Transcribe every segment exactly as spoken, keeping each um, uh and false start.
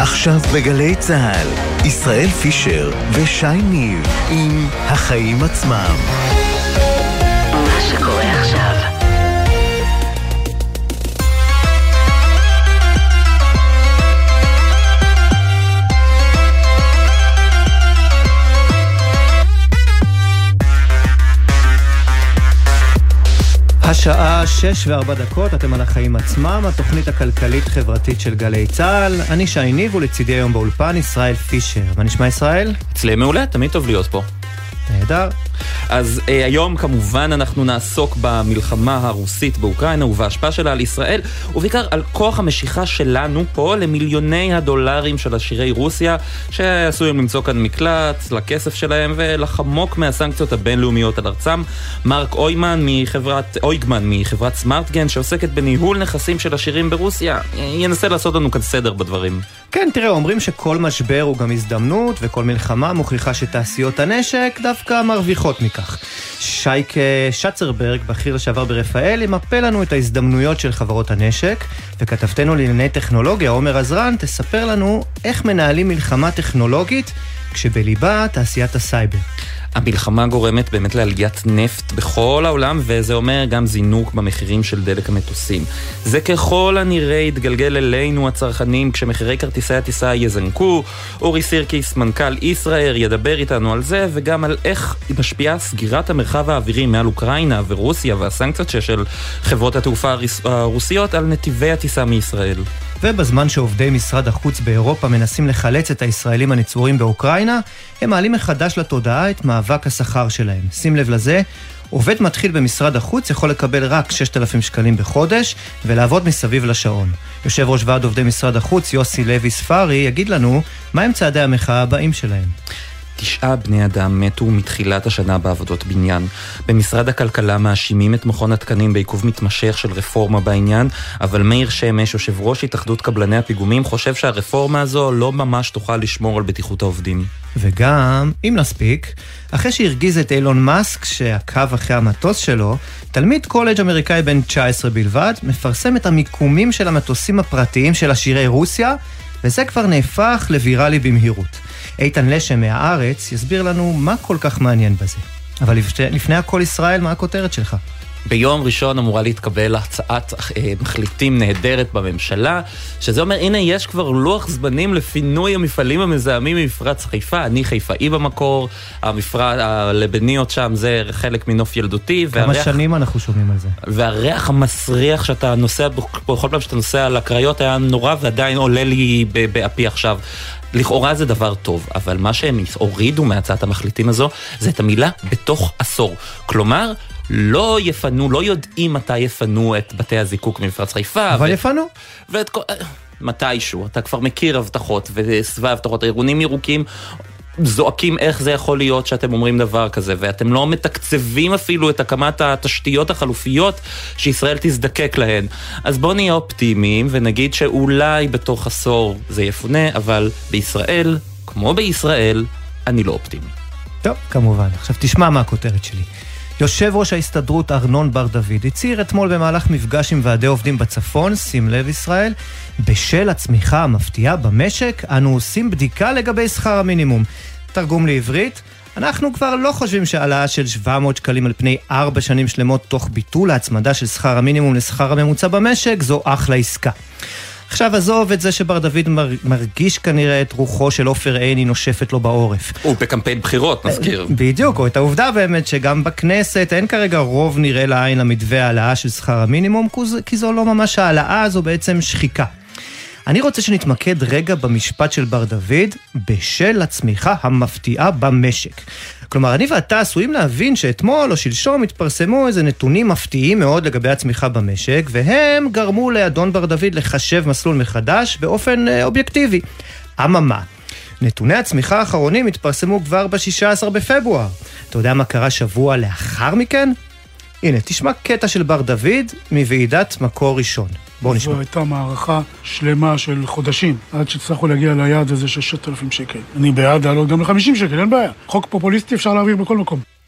עכשיו בגלי צהל, ישראל פישר ושי ניב עם החיים עצמם. מה שקורה עכשיו. השעה שש וארבע דקות, אתם על החיים עצמם, התוכנית הכלכלית-חברתית של גלי צהל. אני שי ניב ולצידי היום באולפן ישראל פישר. מה נשמע ישראל? אצלי מעולה, תמיד טוב להיות פה. נהדר. אז אה, היום כמובן אנחנו נעסוק במלחמה הרוסית באוקראינה ובהשפעה שלה על ישראל, ובעיקר על כוח המשיכה שלנו פה למיליוני הדולרים של עשירי רוסיה, שעשויים למצוא כאן מקלט לכסף שלהם ולחמוק מהסנקציות הבינלאומיות על ארצם. מרק אויגמן מחברת, אויגמן מחברת סמארטגן, שעוסקת בניהול נכסים של עשירים ברוסיה, ינסה לעשות לנו כאן סדר בדברים. כן, תראה, אומרים שכל משבר הוא גם הזדמנות, וכל מלחמה מוכיחה שתעשיות הנשק דווקא מרוויחות מכך. שייקה שצרברג, בכיר לשעבר ברפאל, ימפה לנו את ההזדמנויות של חברות הנשק, וכתבתנו לענייני טכנולוגיה, עומר עזרן, תספר לנו איך מנהלים מלחמה טכנולוגית, כשבליבה תעשיית הסייבר. המלחמה גורמת באמת לעליית נפט בכל העולם, וזה אומר גם זינוק במחירים של דלק המטוסים. זה ככל הנראה יתגלגל אלינו הצרכנים כשמחירי כרטיסי הטיסה יזנקו. אורי סירקיס, מנכ"ל ישראייר, ידבר איתנו על זה, וגם על איך משפיעה סגירת המרחב האווירי מעל אוקראינה ורוסיה והסנקציות של חברות התעופה הרוסיות על נתיבי הטיסה מישראל. ובזמן שעובדי משרד החוץ באירופה מנסים לחלץ את הישראלים הנצורים באוקראינה, הם מעלים מחדש לתודעה את מאבק השכר שלהם. שים לב לזה, עובד מתחיל במשרד החוץ יכול לקבל רק שישת אלפים שקלים בחודש, ולעבוד מסביב לשעון. יושב ראש ועד עובדי משרד החוץ, יוסי לוי ספרי, יגיד לנו מה הם צעדי המחאה הבאים שלהם. תשעה בני אדם מתו מתחילת השנה בעבודות בניין. במשרד הכלכלה מאשימים את מכון התקנים בעיכוב מתמשך של רפורמה בעניין, אבל מאיר שמש, יושב ראש התאחדות קבלני הפיגומים, חושב שהרפורמה הזו לא ממש תוכל לשמור על בטיחות העובדים. וגם, אם נספיק, אחרי שהרגיז את אילון מאסק שעקב אחרי המטוס שלו, תלמיד קולג' אמריקאי בן תשע עשרה בלבד מפרסם את המיקומים של המטוסים הפרטיים של עשירי רוסיה, וזה כבר נהפך לוויראלי במהירות. איתן לשם מהארץ יסביר לנו מה כל כך מעניין בזה. אבל לפני הכל ישראל, מה הכותרת שלך? ביום ראשון אמורה להתקבל הצעת אה, מחליטים נהדרת בממשלה, שזה אומר, הנה יש כבר לוח זמנים לפינוי המפעלים המזהמים ממפרץ חיפה. אני חיפאי במקור, המפרץ הלבניות שם זה חלק מנוף ילדותי. כמה והריח, שנים אנחנו שומעים על זה. והריח המסריח שאתה נוסע, בכל פעם שאתה נוסע על הקריות היה נורא, ועדיין עולה לי באפי עכשיו. לכאורה זה דבר טוב, אבל מה שהם הורידו מהצעת המחליטים הזו, זה את המילה בתוך עשור. כלומר, לא יפנו, לא יודעים מתי יפנו את בתי הזיקוק ממפרץ חיפה. אבל ו... יפנו. ואת כל... מתישהו, אתה כבר מכיר הבטחות, וסביב הבטחות, הארגונים ירוקים זועקים איך זה יכול להיות שאתם אומרים דבר כזה, ואתם לא מתקצבים אפילו את הקמת התשתיות החלופיות שישראל תזדקק להן. אז בואו נהיה אופטימיים ונגיד שאולי בתוך עשור זה יפונה, אבל בישראל, כמו בישראל, אני לא אופטימי. טוב, כמובן. עכשיו תשמע מה הכותרת שלי. יושב ראש ההסתדרות ארנון בר דוד הצהיר אתמול במהלך מפגש עם ועדי עובדים בצפון, שים לב ישראל, בשל הצמיחה המפתיעה במשק, אנו עושים בדיקה לגבי שכר המינימום. תרגום לעברית, אנחנו כבר לא חושבים שהעלאה של שבע מאות שקלים על פני ארבע שנים שלמות תוך ביטול ההצמדה של שכר המינימום לשכר הממוצע במשק, זו אחלה עסקה. עכשיו עזוב את זה שבר דוד מרגיש כנראה את רוחו של עופר עיני נושפת לו בעורף. הוא בקמפיין בחירות, נזכיר. בדיוק, או את העובדה באמת שגם בכנסת אין כרגע רוב נראה לעין למתווה העלאה של שכר המינימום, כי זו לא ממש העלאה, זו בעצם שחיקה. אני רוצה שנתמקד רגע במשפט של בר דוד, בשל הצמיחה המפתיעה במשק. כלומר, אני ואתה עשויים להבין שאתמול או שלשום התפרסמו איזה נתונים מפתיעים מאוד לגבי הצמיחה במשק, והם גרמו לאדון בר דוד לחשב מסלול מחדש באופן אה, אובייקטיבי. אממה, נתוני הצמיחה האחרונים התפרסמו כבר ב-שישה עשר בפברואר. אתה יודע מה קרה שבוע לאחר מכן? הנה, תשמע קטע של בר דוד מוועידת מקור ראשון. בואו נשמע. זו הייתה מערכה שלמה של חודשים, עד שצריכו להגיע ליעד הזה של ששת אלפים שקל. אני בעד לעלות גם ל-חמישים שקל, אין בעיה. חוק פופוליסטי אפשר להעביר בכל מקום.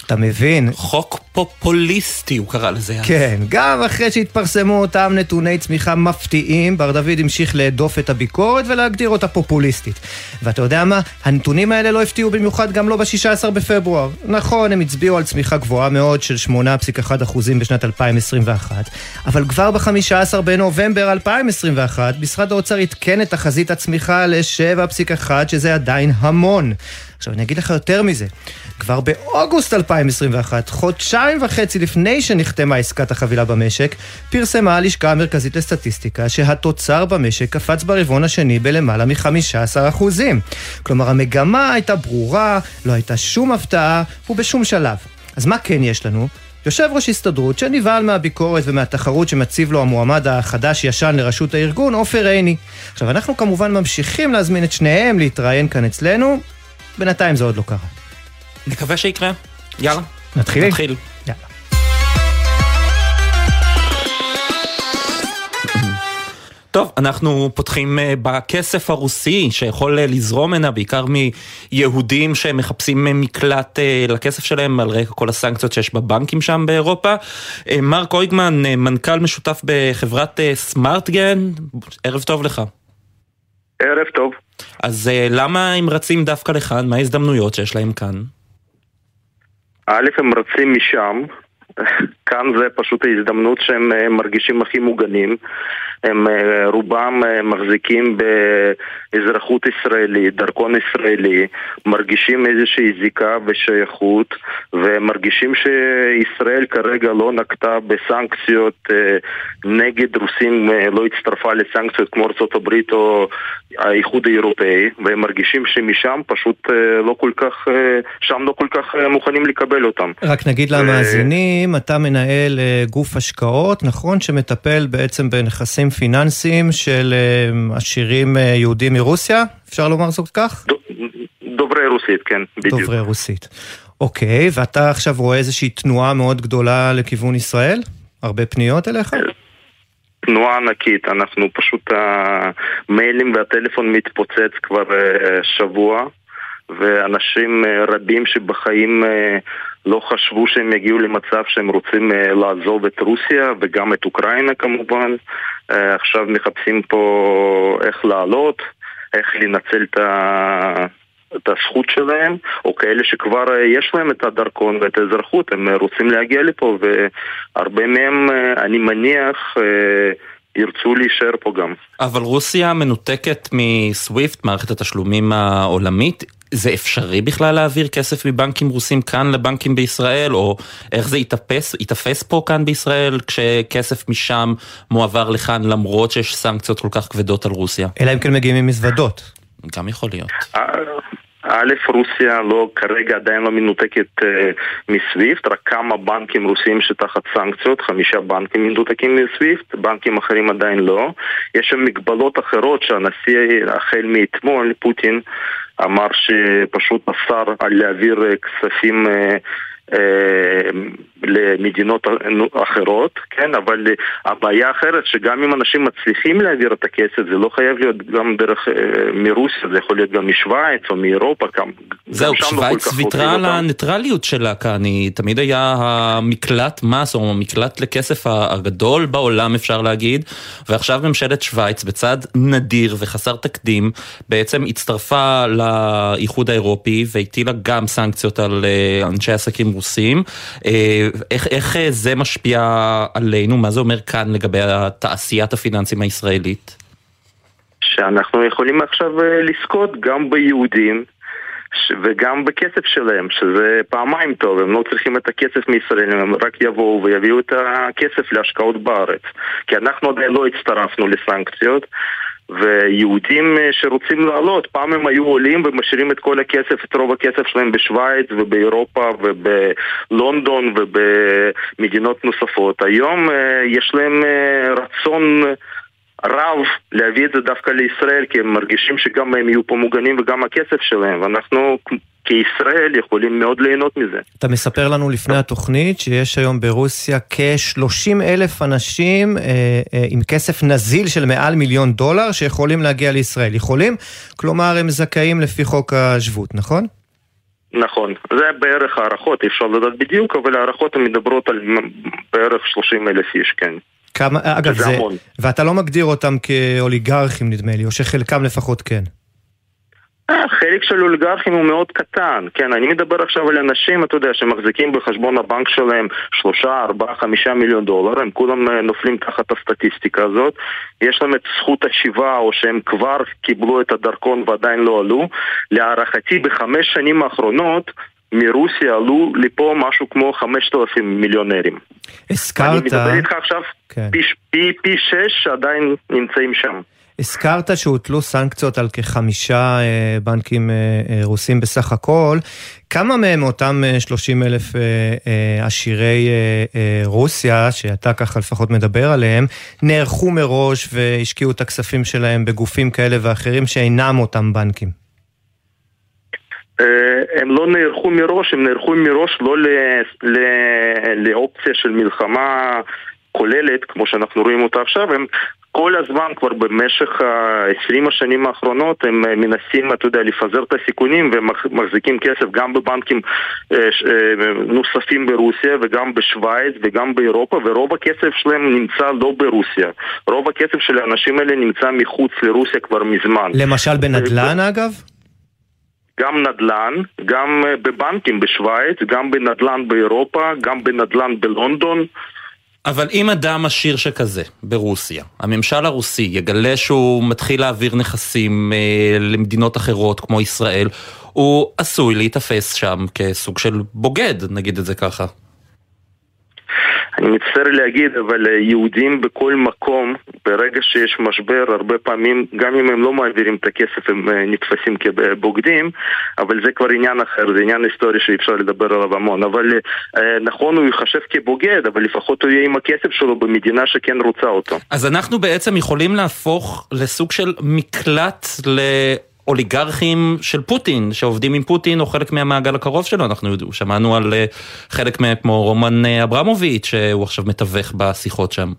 אתה מבין? חוק פופוליסטי הוא קרא לזה. כן, גם אחרי שהתפרסמו אותם נתוני צמיחה מפתיעים, בר דוד המשיך להדוף את הביקורת ולהגדיר אותה פופוליסטית. ואתה יודע מה? הנתונים האלה לא הפתיעו במיוחד גם לא ב-שישה עשר בפברואר. נכון, הם הצביעו על צמיחה גבוהה מאוד של שמונה נקודה אחת אחוזים בשנת אלפיים עשרים ואחת, אבל כבר ב-חמישה עשר בנובמבר אלפיים עשרים ואחת, משרד האוצר התקן את תחזית הצמיחה ל-שבע נקודה אחת, שזה עדיין המון. עכשיו אני אגיד לך יותר מזה, כבר באוגוסט אלפיים עשרים ואחת, חודשיים וחצי לפני שנחתמה עסקת החבילה במשק, פרסמה הלשכה המרכזית לסטטיסטיקה שהתוצר במשק קפץ ברבעון השני בלמעלה מ-חמישה עשר אחוזים. כלומר המגמה הייתה ברורה, לא הייתה שום הפתעה ובשום שלב. אז מה כן יש לנו? יושב ראש הסתדרות שנבהל מהביקורת ומהתחרות שמציב לו המועמד החדש ישן לראשות הארגון, עופר עיני. עכשיו אנחנו כמובן ממשיכים להזמין את שניהם להתראיין כאן אצלנו, בינתיים זה עוד לא קרה. נקווה שיקרה. יאללה. נתחיל? נתחיל. יאללה. טוב, אנחנו פותחים בכסף הרוסי שיכול לזרום הנה, בעיקר מיהודים שמחפשים מקלט לכסף שלהם על רקע כל הסנקציות שיש בבנקים שם באירופה. מרק אויגמן, מנכ"ל משותף בחברת סמארטגן, ערב טוב לך. ערב טוב. אז למה הם רצים דווקא לכאן? מה ההזדמנויות שיש להם כאן? א', הם רצים משם. כאן זה פשוט ההזדמנות שהם מרגישים הכי מוגנים. הם רובם מחזיקים באזרחות ישראלית, דרכון ישראלי, מרגישים איזושהי זיקה ושייכות, ומרגישים שישראל כרגע לא נקטה בסנקציות נגד רוסים, לא הצטרפה לסנקציות כמו ארצות הברית או האיחוד האירופאי, והם מרגישים שמשם פשוט לא כל כך, שם לא כל כך מוכנים לקבל אותם. רק נגיד למאזינים, אתה מנהל גוף השקעות, נכון? שמטפל בעצם בנכסים פיננסיים של עשירים יהודים מרוסיה? אפשר לומר זאת כך? דוברי רוסית, כן, בדיוק. דוברי רוסית. אוקיי, ואתה עכשיו רואה איזושהי תנועה מאוד גדולה לכיוון ישראל? הרבה פניות אליך? תנועה ענקית, אנחנו פשוט המיילים והטלפון מתפוצץ כבר שבוע, ואנשים רבים שבחיים לא חשבו שהם יגיעו למצב שהם רוצים לעזוב את רוסיה וגם את אוקראינה כמובן. עכשיו מחפשים פה איך לעלות, איך לנצל את ה... את הזכות שלהם, או כאלה שכבר יש להם את הדרכון ואת האזרחות, הם רוצים להגיע לפה, והרבה מהם, אני מניח, ירצו להישאר פה גם. אבל רוסיה מנותקת מסוויפט, מערכת התשלומים העולמית, זה אפשרי בכלל להעביר כסף מבנקים רוסים כאן לבנקים בישראל, או איך זה יתפס, יתפס פה כאן בישראל, כשכסף משם מועבר לכאן, למרות שיש סנקציות כל כך כבדות על רוסיה? אלא אם כן מגיעים עם מזוודות. גם יכול להיות. א', רוסיה לא, כרגע עדיין לא מנותקת אה, מסוויפט, רק כמה בנקים רוסיים שתחת סנקציות, חמישה בנקים מנותקים מסוויפט, בנקים אחרים עדיין לא. יש שם מגבלות אחרות שהנשיא החל מאתמול, פוטין, אמר שפשוט אסר על להעביר כספים אה, אה, למדינות אחרות, כן, אבל הבעיה אחרת שגם אם אנשים מצליחים להעביר את הכסף, זה לא חייב להיות גם דרך מרוסיה, זה יכול להיות גם משוויץ או מאירופה. זהו, שוויץ ויתרה על הניטרליות שלה כאן, היא תמיד היה המקלט מס או המקלט לכסף הגדול בעולם אפשר להגיד, ועכשיו ממשלת שוויץ בצד נדיר וחסר תקדים, בעצם הצטרפה לאיחוד האירופי והטילה גם סנקציות על אנשי עסקים רוסים. איך, איך זה משפיע עלינו? מה זה אומר כאן לגבי תעשיית הפיננסים הישראלית? שאנחנו יכולים עכשיו לזכות גם ביהודים וגם בכסף שלהם, שזה פעמיים טוב. הם לא צריכים את הכסף מישראל, הם רק יבואו ויביאו את הכסף להשקעות בארץ, כי אנחנו עדיין לא הצטרפנו לסנקציות, ויהודים שרוצים לעלות, פעם הם היו עולים ומשאירים את כל הכסף, את רוב הכסף שלהם בשוויץ ובאירופה ובלונדון ובמדינות נוספות. היום יש להם רצון רב להביא את זה דווקא לישראל, כי הם מרגישים שגם הם יהיו פה מוגנים וגם הכסף שלהם, ואנחנו כישראל יכולים מאוד ליהנות מזה. אתה מספר לנו לפני התוכנית שיש היום ברוסיה כ-שלושים אלף אנשים אה, אה, עם כסף נזיל של מעל מיליון דולר שיכולים להגיע לישראל. יכולים? כלומר הם זכאים לפי חוק השבות, נכון? נכון, זה בערך הערכות, אפשר לדעת בדיוק, אבל הערכות הן מדברות על בערך שלושים אלף איש, כן. כמה, אגב, זה, ואתה לא מגדיר אותם כאוליגרכים נדמה לי, או שחלקם לפחות כן. חלק של אוליגרכים הוא מאוד קטן, כן, אני מדבר עכשיו על אנשים, אתה יודע, שמחזיקים בחשבון הבנק שלהם שלושה, ארבעה, חמישה מיליון דולר, הם כולם נופלים תחת הסטטיסטיקה הזאת, יש להם את זכות השיבה, או שהם כבר קיבלו את הדרכון ועדיין לא עלו, להערכתי בחמש שנים האחרונות, מרוסיה עלו לפה משהו כמו חמשת אלפים מיליונרים. הזכרת... אני מדבר איתך עכשיו כן. פי, פי, פי שש שעדיין נמצאים שם. הזכרת שהוטלו סנקציות על כחמישה בנקים רוסים בסך הכל. כמה מהם אותם שלושים אלף עשירי רוסיה, שאתה ככה לפחות מדבר עליהם, נערכו מראש והשקיעו את הכספים שלהם בגופים כאלה ואחרים שאינם אותם בנקים? הם לא נערכו מראש, הם נערכו מראש לא לאופציה של מלחמה כוללת, כמו שאנחנו רואים אותה עכשיו, הם כל הזמן כבר במשך ה-עשרים השנים האחרונות הם מנסים, אתה יודע, לפזר את הסיכונים ומחזיקים כסף גם בבנקים נוספים ברוסיה וגם בשוויץ וגם באירופה, ורוב הכסף שלהם נמצא לא ברוסיה. רוב הכסף של האנשים האלה נמצא מחוץ לרוסיה כבר מזמן. למשל בנדל"ן אגב? גם נדל"ן, גם בבנקים בשוויץ, גם בנדל"ן באירופה, גם בנדל"ן בלונדון. אבל אם אדם עשיר שכזה ברוסיה, הממשל הרוסי יגלה שהוא מתחיל להעביר נכסים אה, למדינות אחרות כמו ישראל, הוא עשוי להתאפס שם כסוג של בוגד, נגיד את זה ככה. אני מצטער להגיד, אבל יהודים בכל מקום, ברגע שיש משבר, הרבה פעמים, גם אם הם לא מעבירים את הכסף, הם נתפסים כבוגדים, אבל זה כבר עניין אחר, זה עניין היסטורי שאפשר לדבר עליו המון. אבל נכון, הוא יחשב כבוגד, אבל לפחות הוא יהיה עם הכסף שלו במדינה שכן רוצה אותו. אז אנחנו בעצם יכולים להפוך לסוג של מקלט ל... אוליגרכים של פוטין, שעובדים עם פוטין או חלק מהמעגל הקרוב שלו. אנחנו שמענו על חלק כמו רומן אברמוביץ' שהוא עכשיו מתווך בשיחות שם.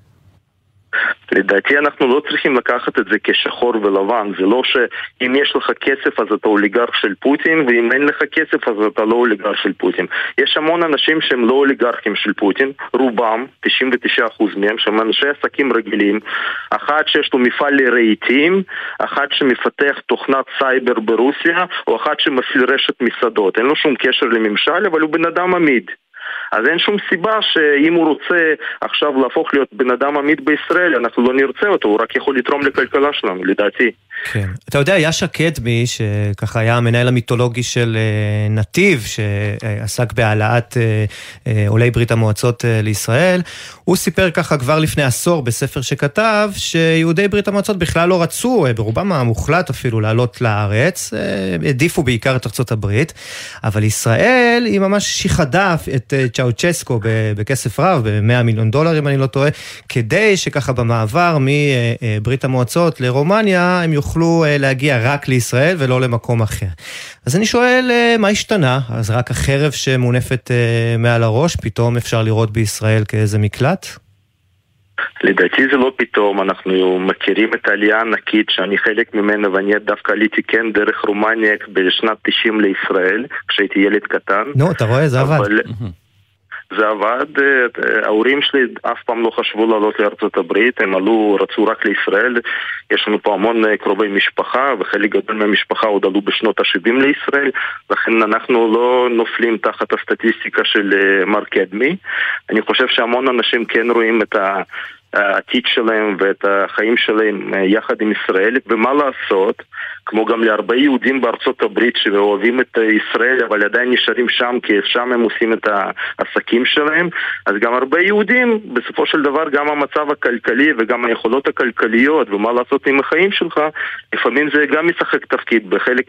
לדעתי אנחנו לא צריכים לקחת את זה כשחור ולבן. זה לא שאם יש לך כסף אז אתה אוליגרך של פוטין, ואם אין לך כסף אז אתה לא אוליגרך של פוטין. יש המון אנשים שהם לא אוליגרכים של פוטין, רובם, תשעים ותשעה אחוז מהם, שהם אנשי עסקים רגילים, אחד שיש לו מפעל לרהיטים, אחד שמפתח תוכנת סייבר ברוסיה, או אחד שמפעיל רשת מסעדות. אין לו שום קשר לממשל, אבל הוא בן אדם עמיד. אז אין שום סיבה שאם הוא רוצה עכשיו להפוך להיות בן אדם עמיד בישראל, אנחנו לא נרצה אותו, הוא רק יכול לתרום לכלכלה שלנו, לדעתי. כן. אתה יודע, יאשה קדמי, שככה היה המנהל המיתולוגי של נתיב, שעסק בהעלאת עולי ברית המועצות לישראל, הוא סיפר ככה כבר לפני עשור בספר שכתב, שיהודי ברית המועצות בכלל לא רצו, ברובם המוחלט אפילו, לעלות לארץ, העדיפו בעיקר את ארצות הברית, אבל ישראל היא ממש שיחדה את צ'אוצ'סקו בכסף רב, ב-מאה מיליון דולר אם אני לא טועה, כדי שככה במעבר מברית המועצות לרומניה, הם יוכלו להגיע רק לישראל ולא למקום אחר. אז אני שואל, מה השתנה? אז רק החרב שמונפת מעל הראש, פתאום אפשר לראות בישראל כאיזה מקלט? לדעתי זה לא פתאום, אנחנו מכירים את העלייה הענקית שאני חלק ממנה, ואני דווקא עליתי כן דרך רומניה בשנת תשעים לישראל, כשהייתי ילד קטן. נו, אתה רואה, זה עבד. אבל... זה עבד, ההורים שלי אף פעם לא חשבו לעלות לארצות הברית, הם עלו, רצו רק לישראל, יש לנו פה המון קרובי משפחה, וחלק גדול מהמשפחה עוד עלו בשנות ה-שבעים לישראל, לכן אנחנו לא נופלים תחת הסטטיסטיקה של מר קדמי. אני חושב שהמון אנשים כן רואים את ה... העתיד שלהם ואת החיים שלהם יחד עם ישראל, ומה לעשות, כמו גם להרבה יהודים בארצות הברית שאוהבים את ישראל אבל עדיין נשארים שם כי שם הם עושים את העסקים שלהם, אז גם הרבה יהודים בסופו של דבר גם המצב הכלכלי וגם היכולות הכלכליות ומה לעשות עם החיים שלך, לפעמים זה גם משחק תפקיד בחלק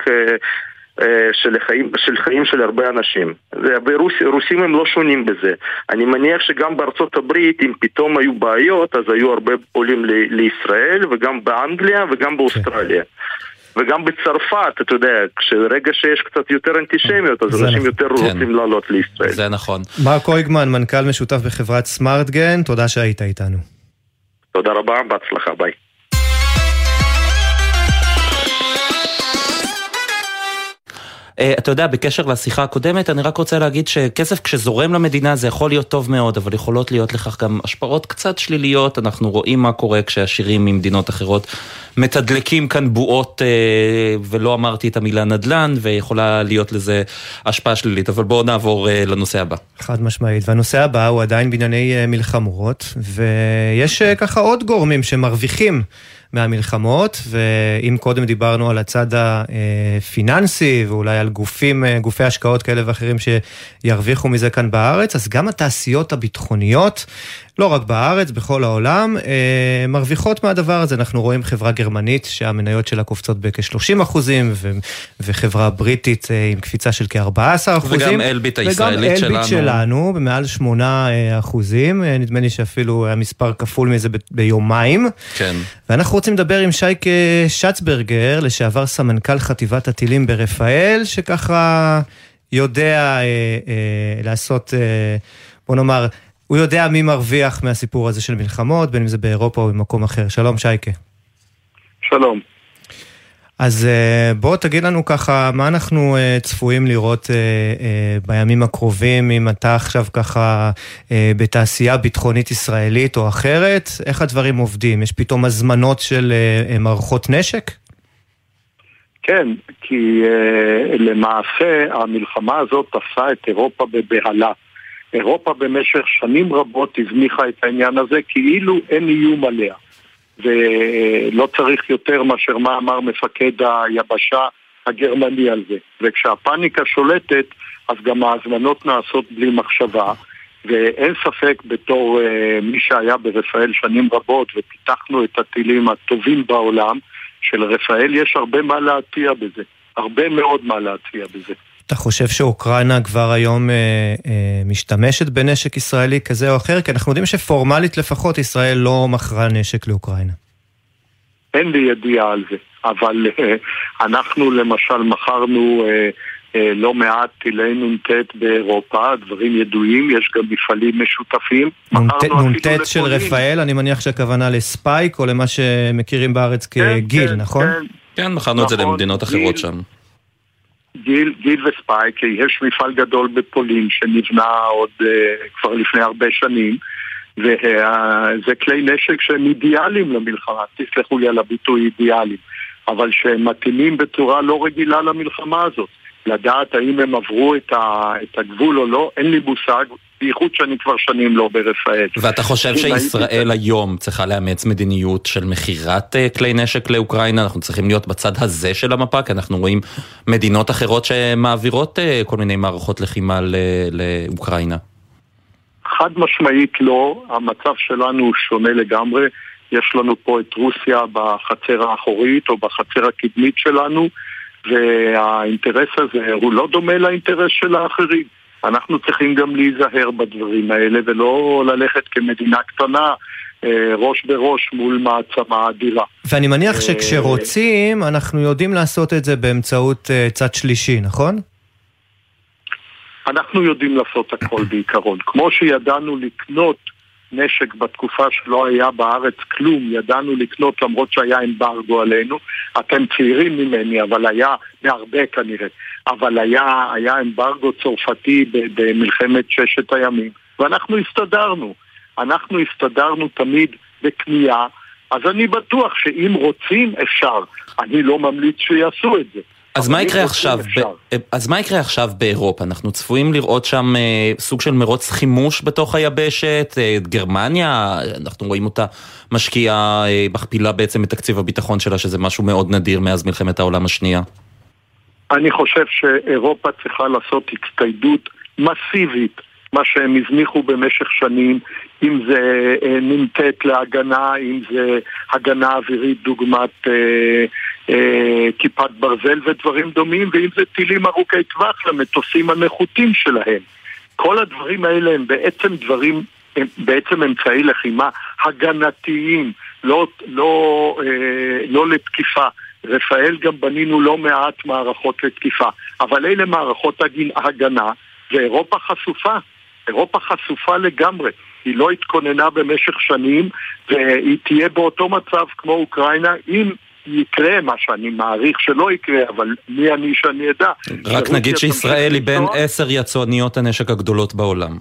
של חיים, של חיים של הרבה אנשים. ורוסים הם לא שונים בזה. אני מניח שגם בארצות הברית, אם פתאום היו בעיות, אז היו הרבה עולים ל- לישראל, וגם באנגליה, וגם באוסטרליה. וגם בצרפת, אתה יודע, כשרגע שיש קצת יותר אנטישמיות, אז אנשים נכון. יותר רוצים כן. לעלות לישראל. זה נכון. מרק קויגמן, מנכ"ל משותף בחברת סמארטגן, תודה שהיית איתנו. תודה רבה, בהצלחה, ביי. אתה יודע, בקשר לשיחה הקודמת, אני רק רוצה להגיד שכסף כשזורם למדינה זה יכול להיות טוב מאוד, אבל יכולות להיות לכך גם השפעות קצת שליליות. אנחנו רואים מה קורה כשהשירים ממדינות אחרות מתדלקים כאן בועות, ולא אמרתי את המילה נדל"ן, ויכולה להיות לזה השפעה שלילית. אבל בואו נעבור לנושא הבא. חד משמעית, והנושא הבא הוא עדיין בענייני מלחמות, ויש ככה עוד גורמים שמרוויחים מהמלחמות, ואם קודם דיברנו על הצד הפיננסי, ואולי על גופים, גופי השקעות כאלה ואחרים שירוויחו מזה כאן בארץ, אז גם התעשיות הביטחוניות, לא רק בארץ, בכל העולם, מרוויחות מהדבר הזה. אנחנו רואים חברה גרמנית שהמניות שלה קופצות בכ-שלושים אחוזים, וחברה בריטית עם קפיצה של כ-ארבעה עשר אחוזים. וגם אלביט הישראלית שלנו. וגם אלביט שלנו, במעל שמונה אחוזים. נדמה לי שאפילו המספר כפול מזה ביומיים. כן. ואנחנו רוצים לדבר עם שייקה שצברגר, לשעבר סמנכ"ל חטיבת הטילים ברפאל, שככה יודע אה, אה, לעשות, אה, בוא נאמר, הוא יודע מי מרוויח מהסיפור הזה של מלחמות, בין אם זה באירופה או במקום אחר. שלום שייקה. שלום. אז בוא תגיד לנו ככה, מה אנחנו צפויים לראות בימים הקרובים, אם אתה עכשיו ככה בתעשייה ביטחונית ישראלית או אחרת, איך הדברים עובדים? יש פתאום הזמנות של מערכות נשק? כן, כי למעשה המלחמה הזאת תפסה את אירופה בבהלה. אירופה במשך שנים רבות הזניחה את העניין הזה, כאילו אין איום עליה. ולא צריך יותר מאשר מה אמר מפקד היבשה הגרמני על זה. וכשהפניקה שולטת, אז גם ההזמנות נעשות בלי מחשבה, ואין ספק בתור uh, מי שהיה ברפאל שנים רבות, ופיתחנו את הטילים הטובים בעולם, של רפאל יש הרבה מה להציע בזה. הרבה מאוד מה להציע בזה. אתה חושב שאוקראינה כבר היום אה, אה, משתמשת בנשק ישראלי כזה או אחר? כי אנחנו יודעים שפורמלית לפחות ישראל לא מכרה נשק לאוקראינה. אין לי ידיעה על זה, אבל אה, אנחנו למשל מכרנו אה, אה, לא מעט טילי נונטט באירופה, דברים ידועים, יש גם מפעלים משותפים. נונטט של רפאל, אני מניח שהכוונה לספייק או למה שמכירים בארץ כגיל, כן, נכון? כן, כן, מכרנו נכון, את זה למדינות אחרות שם. גיל, גיל וספייק, יש מפעל גדול בפולין שנבנה עוד uh, כבר לפני הרבה שנים, וזה כלי נשק שהם אידיאליים למלחמה, תסלחו לי על הביטוי אידיאליים, אבל שהם מתאימים בצורה לא רגילה למלחמה הזאת. לדעת האם הם עברו את, ה, את הגבול או לא, אין לי מושג, בייחוד שאני כבר שנים לא ברפאל. ואתה חושב שישראל היום צריכה לאמץ מדיניות של מחירת כלי נשק לאוקראינה? אנחנו צריכים להיות בצד הזה של המפה, כי אנחנו רואים מדינות אחרות שמעבירות כל מיני מערכות לחימה לאוקראינה. חד משמעית לא, המצב שלנו שונה לגמרי. יש לנו פה את רוסיה בחצר האחורית או בחצר הקדמית שלנו, והאינטרס הזה הוא לא דומה לאינטרס של האחרים. אנחנו צריכים גם להיזהר בדברים האלה ולא ללכת כמדינה קטנה ראש בראש מול מעצמה אדירה. ואני מניח שכשרוצים אנחנו יודעים לעשות את זה באמצעות צד שלישי, נכון? אנחנו יודעים לעשות הכל בעיקרון. כמו שידענו לקנות נשק בתקופה שלא היה בארץ כלום, ידענו לקנות למרות שהיה אמברגו עלינו. אתם צעירים ממני, אבל היה בהרבה כנראה, אבל היה, היה אמברגו צרפתי במלחמת ששת הימים, ואנחנו הסתדרנו. אנחנו הסתדרנו תמיד בקנייה, אז אני בטוח שאם רוצים אפשר. אני לא ממליץ שיעשו את זה. אז מה יקרה עכשיו, ב... אז מה יקרה עכשיו באירופה? אנחנו צפויים לראות שם אה, סוג של מרוץ חימוש בתוך היבשת, אה, גרמניה, אנחנו רואים אותה משקיעה, אה, מכפילה בעצם את תקציב הביטחון שלה, שזה משהו מאוד נדיר מאז מלחמת העולם השנייה. אני חושב שאירופה צריכה לעשות הצטיידות מסיבית, מה שהם הזניחו במשך שנים, אם זה אה, נמתת להגנה, אם זה הגנה אווירית דוגמת אה, אה, כיפת ברזל ודברים דומים, ואם זה טילים ארוכי טווח למטוסים הנחותים שלהם. כל הדברים האלה הם בעצם דברים, הם בעצם אמצעי לחימה הגנתיים, לא, לא, אה, לא לתקיפה. רפאל גם בנינו לא מעט מערכות לתקיפה, אבל אלה מערכות הגנה, ואירופה חשופה. אירופה חשופה לגמרי. היא לא התכוננה במשך שנים, והיא תהיה באותו מצב כמו אוקראינה, אם יקרה, מה שאני מעריך שלא יקרה, אבל מי אני שאני אדע. רק נגיד שישראל היא בין עשר יצואניות הנשק הגדולות בעולם.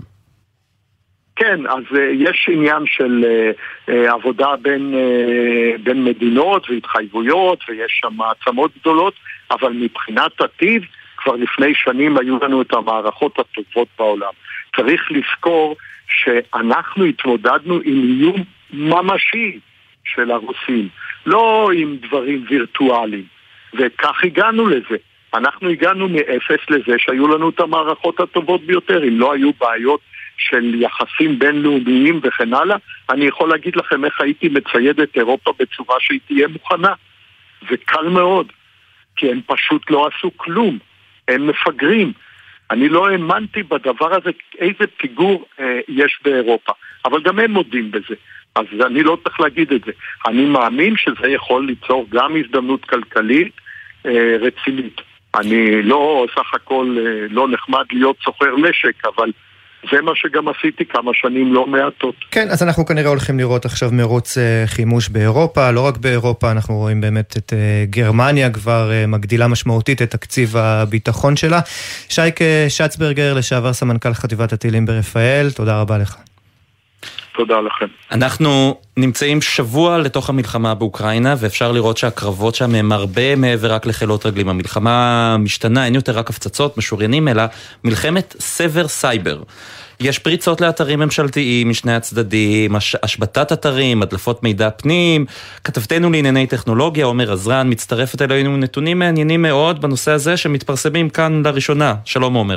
כן, אז uh, יש עניין של uh, uh, עבודה בין, uh, בין מדינות והתחייבויות, ויש שם מעצמות גדולות, אבל מבחינת עתיד, כבר לפני שנים היו לנו את המערכות הטובות בעולם. צריך לזכור שאנחנו התמודדנו עם איום ממשי של הרוסים, לא עם דברים וירטואליים, וכך הגענו לזה. אנחנו הגענו מאפס לזה שהיו לנו את המערכות הטובות ביותר, אם לא היו בעיות של יחסים בינלאומיים וכן הלאה. אני יכול להגיד לכם איך הייתי מצייד את אירופה בצורה שהיא תהיה מוכנה, וקל מאוד, כי הם פשוט לא עשו כלום, הם מפגרים. אני לא האמנתי בדבר הזה איזה פיגור אה, יש באירופה, אבל גם הם מודים בזה, אז אני לא צריך להגיד את זה. אני מאמין שזה יכול ליצור גם הזדמנות כלכלית אה, רצינית. אני לא סך הכל אה, לא נחמד להיות סוחר נשק, אבל זה מה שגם עשיתי כמה שנים לא מעטות. כן, אז אנחנו כנראה הולכים לראות עכשיו מרוץ חימוש באירופה, לא רק באירופה, אנחנו רואים באמת את גרמניה כבר מגדילה משמעותית את תקציב הביטחון שלה. שייקה שצברגר, לשעבר סמנכ"ל חטיבת הטילים ברפאל, תודה רבה לך. תודה לכם. אנחנו נמצאים שבוע לתוך המלחמה באוקראינה, ואפשר לראות שהקרבות שם הם הרבה מעבר רק לחילות רגלים. המלחמה משתנה, אין יותר רק הפצצות, משוריינים, אלא מלחמת סבר סייבר. יש פריצות לאתרים ממשלתיים משני הצדדים, השבתת אתרים, הדלפות מידע פנים. כתבתנו לענייני טכנולוגיה, עומר עזרן, מצטרפת אלינו נתונים מעניינים מאוד בנושא הזה שמתפרסמים כאן לראשונה. שלום עומר.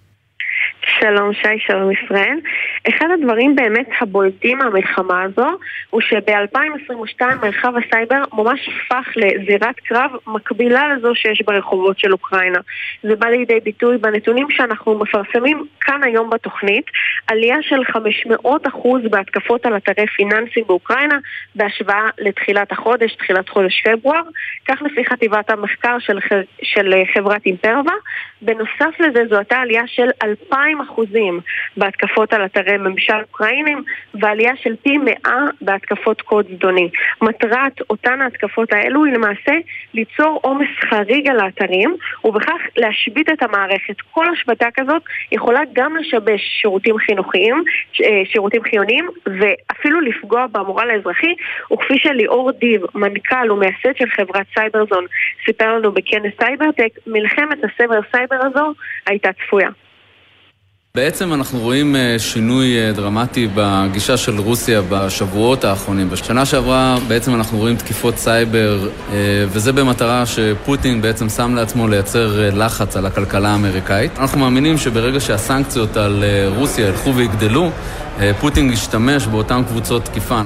שלום שי, שלום ישראל. אחד הדברים באמת הבולטים מהמלחמה הזו הוא שב-אלפיים עשרים ושתיים מרחב הסייבר ממש הפך לזירת קרב מקבילה לזו שיש ברחובות של אוקראינה. זה בא לידי ביטוי בנתונים שאנחנו מפרסמים כאן היום בתוכנית, עלייה של חמש מאות אחוז בהתקפות על אתרי פיננסים באוקראינה בהשוואה לתחילת החודש, תחילת חודש פברואר, כך לפי חטיבת המחקר של, של חברת אימפרווה. בנוסף לזה זו הייתה עלייה של אלפיים אחוזים בהתקפות על אתרי ממשל אוקראינים ועלייה של פי מאה בהתקפות קוד זדוני. מטרת אותן ההתקפות האלו היא למעשה ליצור עומס חריג על האתרים ובכך להשבית את המערכת. כל השבתה כזאת יכולה גם לשבש שירותים חינוכיים, שירותים חיוניים ואפילו לפגוע במורל האזרחי, וכפי שליאור דיב, מנכ"ל ומייסד של חברת סייברזון, סיפר לנו בכנס סייברטק, מלחמת הסבר סייבר הזו הייתה צפויה. בעצם אנחנו רואים שינוי דרמטי בגישה של רוסיה בשבועות האחרונים. בשנה שעברה בעצם אנחנו רואים תקיפות סייבר, וזה במטרה שפוטין בעצם שם לעצמו לייצר לחץ על הכלכלה האמריקאית. אנחנו מאמינים שברגע שהסנקציות על רוסיה ילכו ויגדלו, פוטין ישתמש באותן קבוצות תקיפה.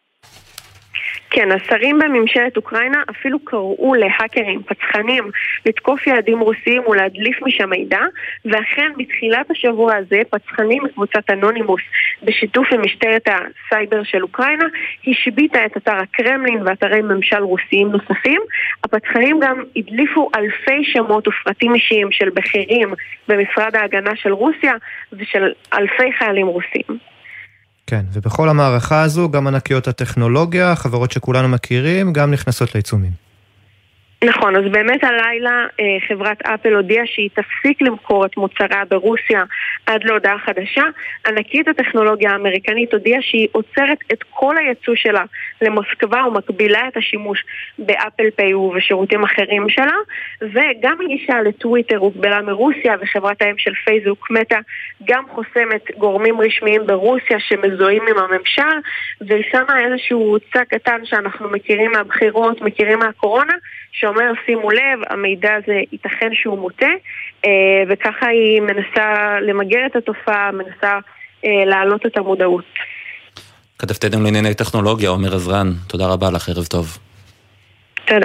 כן, השרים בממשלת אוקראינה אפילו קראו להאקרים, פצחנים, לתקוף יעדים רוסיים ולהדליף משם מידע, ואכן בתחילת השבוע הזה פצחנים מקבוצת אנונימוס בשיתוף עם משטרת הסייבר של אוקראינה השביתה את אתר הקרמלין ואתרי ממשל רוסיים נוספים. הפצחנים גם הדליפו אלפי שמות ופרטים אישיים של בכירים במשרד ההגנה של רוסיה ושל אלפי חיילים רוסיים. כן, ובכל המערכה הזו גם ענקיות הטכנולוגיה, חברות שכולנו מכירים, גם נכנסות לעיצומים. נכון, אז באמת הלילה חברת אפל הודיעה שהיא תפסיק למכור את מוצרה ברוסיה עד להודעה חדשה. ענקית הטכנולוגיה האמריקנית הודיעה שהיא עוצרת את כל הייצוא שלה למוסקבה ומקבילה את השימוש באפל פיי ובשירותים אחרים שלה, וגם הגישה לטוויטר הוגבלה מרוסיה, וחברת האם של פייסבוק מטה גם חוסמת גורמים רשמיים ברוסיה שמזוהים עם הממשל, והיא שמה איזשהו צע קטן שאנחנו מכירים מהבחירות, מכירים מהקורונה, שאומר שימו לב, המידע הזה ייתכן שהוא מוטה, וככה היא מנסה למגר את התופעה, מנסה להעלות את המודעות. כתבתנו לענייני טכנולוגיה, עומר עזרן, תודה רבה לך, ערב טוב. תודה.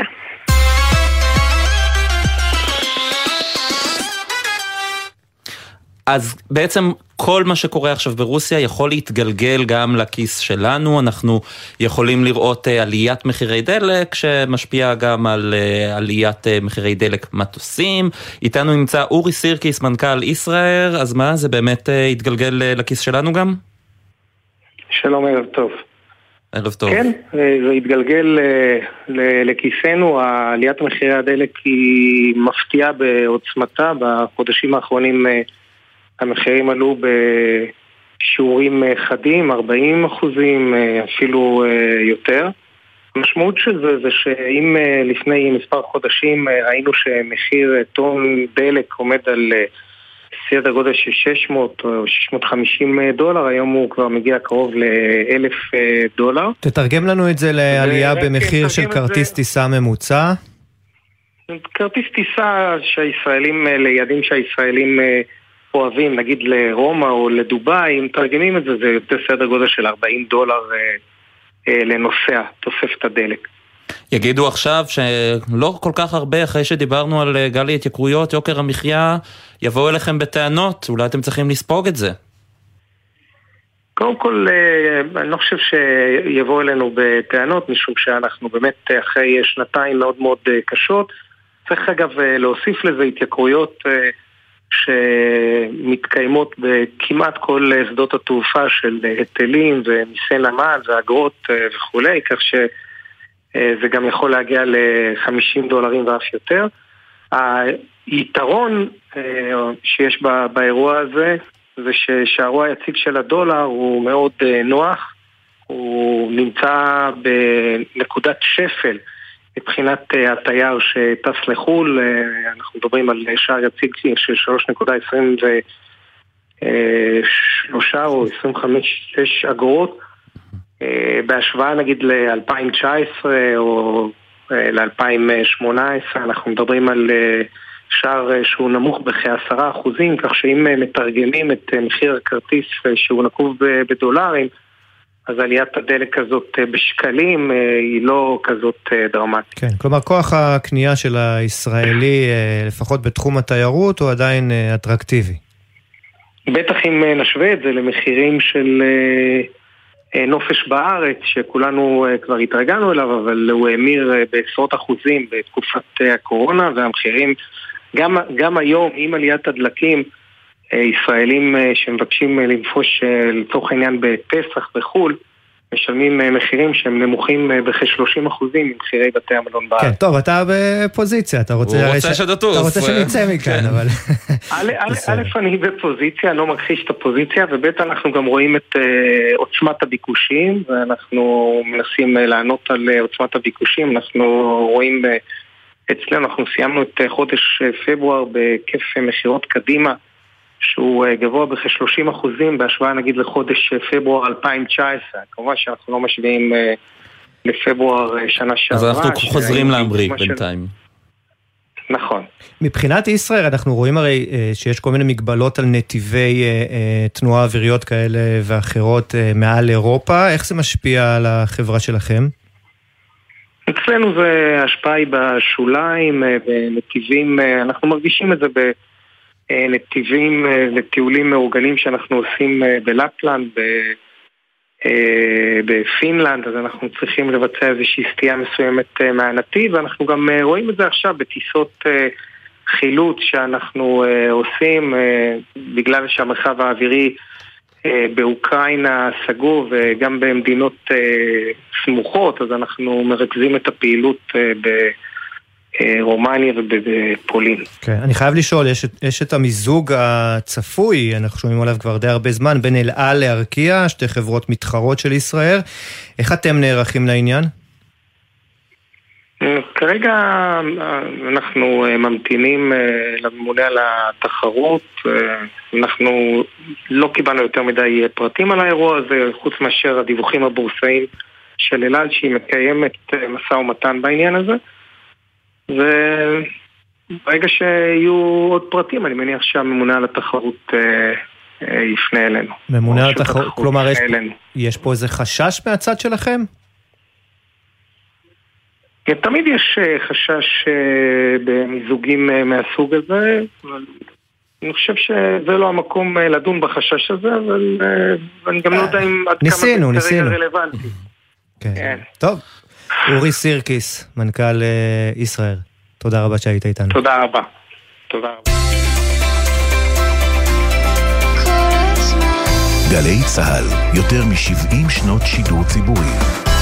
אז בעצם כל מה שקורה עכשיו ברוסיה יכול להתגלגל גם לכיס שלנו. אנחנו יכולים לראות עליית מחירי דלק שמשפיעה גם על עליית מחירי דלק מטוסים. איתנו נמצא אורי סירקיס, מנכ"ל ישראייר. אז מה, זה באמת יתגלגל לכיס שלנו גם? שלום, ערב טוב. ערב טוב. כן, זה התגלגל לכיסנו, עליית מחירי הדלק היא מפתיעה בעוצמתה, בחודשים האחרונים המחירים עלו בשיעורים חדים, ארבעים אחוזים, אפילו יותר. המשמעות של זה זה שאם לפני מספר חודשים ראינו שמחיר טון דלק עומד על סדר גודל של שש מאות או שש מאות וחמישים דולר, היום הוא כבר מגיע קרוב ל-אלף דולר. תתרגם לנו את זה לעלייה במחיר של כרטיס טיסה ממוצע. כרטיס טיסה שהישראלים, ליעדים שהישראלים אוהבים, נגיד לרומא או לדובאי, אם תרגמים את זה, זה יותר סדר גודל של ארבעים דולר לנוסע, תוספת הדלק. יגידו עכשיו שלא כל כך הרבה אחרי שדיברנו על גל ההתייקרויות, יוקר המחיה, יבואו אליכם בטענות, אולי אתם צריכים לספוג את זה. קודם כל, אני לא חושב שיבואו אלינו בטענות, משום שאנחנו באמת אחרי שנתיים מאוד מאוד קשות. צריך אגב להוסיף לזה התייקרויות שמתקיימות בכמעט כל שדות התעופה של היטלים ומיסי נמל ואגרות וכולי, כך ש... זה גם יכול להגיע ל-חמישים דולרים ואף יותר. היתרון שיש באירוע הזה זה שהשערוע היציג של הדולר הוא מאוד נוח, הוא נמצא בנקודת שפל מבחינת התייר שטס לחול, אנחנו מדברים על שער יציג של שלוש נקודה עשרים ושלוש או עשרים וחמש אגורות, בהשוואה נגיד ל-אלפיים תשע עשרה או ל-אלפיים שמונה עשרה, אנחנו מדברים על שער שהוא נמוך בכ-עשרה אחוזים, כך שאם מתרגמים את מחיר הכרטיס שהוא נקוב בדולרים, אז עליית הדלק הזאת בשקלים היא לא כזאת דרמטית. כן, כלומר כוח הקנייה של הישראלי, לפחות בתחום התיירות, הוא עדיין אטרקטיבי. בטח אם נשווה את זה למחירים של נופש בארץ, שכולנו כבר התרגלנו אליו, אבל הוא האמיר בעשרות אחוזים בתקופת הקורונה, והמחירים, גם, גם היום, עם עליית הדלקים, ישראלים שמבקשים לנפוש לצורך העניין בפסח בחול, משלמים מחירים שהם נמוכים בכ-שלושים אחוזים ממחירי בתי המלון בארץ. כן, טוב, אתה בפוזיציה, אתה רוצה... הוא רוצה שדטוס. אתה רוצה שנצא מכאן, אבל... א', אני בפוזיציה, אני לא מכחיש את הפוזיציה, וב' אנחנו גם רואים את עוצמת הביקושים, ואנחנו מנסים לענות על עוצמת הביקושים, אנחנו רואים אצלנו, אנחנו סיימנו את חודש פברואר בכיף מחירות קדימה, שהוא גבוה בכ-שלושים אחוזים בהשוואה נגיד לחודש פברואר אלפיים תשע עשרה. כמובן שאנחנו לא משווים לפברואר שנה שעברה. אז אנחנו חוזרים להמריא בינתיים. נכון. מבחינת ישראל אנחנו רואים הרי שיש כל מיני מגבלות על נתיבי תנועה אוויריות כאלה ואחרות מעל אירופה. איך זה משפיע על החברה שלכם? אצלנו זה השפעה היא בשוליים, בנתיבים, אנחנו מרגישים את זה ב... נתיבים לטיולים מאורגנים שאנחנו עושים בלפלנד, בפינלנד, אז אנחנו צריכים לבצע איזושהי סטייה מסוימת מהנתיב, ואנחנו גם רואים את זה עכשיו בטיסות חילוץ שאנחנו עושים, בגלל שהמרחב האווירי באוקראינה סגור וגם במדינות סמוכות, אז אנחנו מרכזים את הפעילות ב... רומניה ובפולין. כן, אני חייב לשאול, יש, יש את המיזוג הצפוי, אנחנו שומעים עליו כבר די הרבה זמן, בין אל על לארקיע, שתי חברות מתחרות של ישראל. איך אתם נערכים לעניין? כרגע אנחנו ממתינים לממונה על התחרות, אנחנו לא קיבלנו יותר מדי פרטים על האירוע הזה, חוץ מאשר הדיווחים הבורסאיים של אל על, שהיא מקיימת משא ומתן בעניין הזה. וברגע שיהיו עוד פרטים, אני מניח שהממונה על התחרות יפנה אלינו. ממונה על התחרות, כלומר יש, יש פה איזה חשש מהצד שלכם? תמיד יש חשש במיזוגים מהסוג הזה, אבל אני חושב שזה לא המקום לדון בחשש הזה, אבל אני גם לא יודע אם עד כמה זה כרגע רלוונטי. כן, טוב. אורי סירקיס, מנכ"ל ישראל. תודה רבה שהיית איתנו. תודה רבה. תודה רבה. גלי צהל, יותר מ-שבעים שנות שידור ציבורי.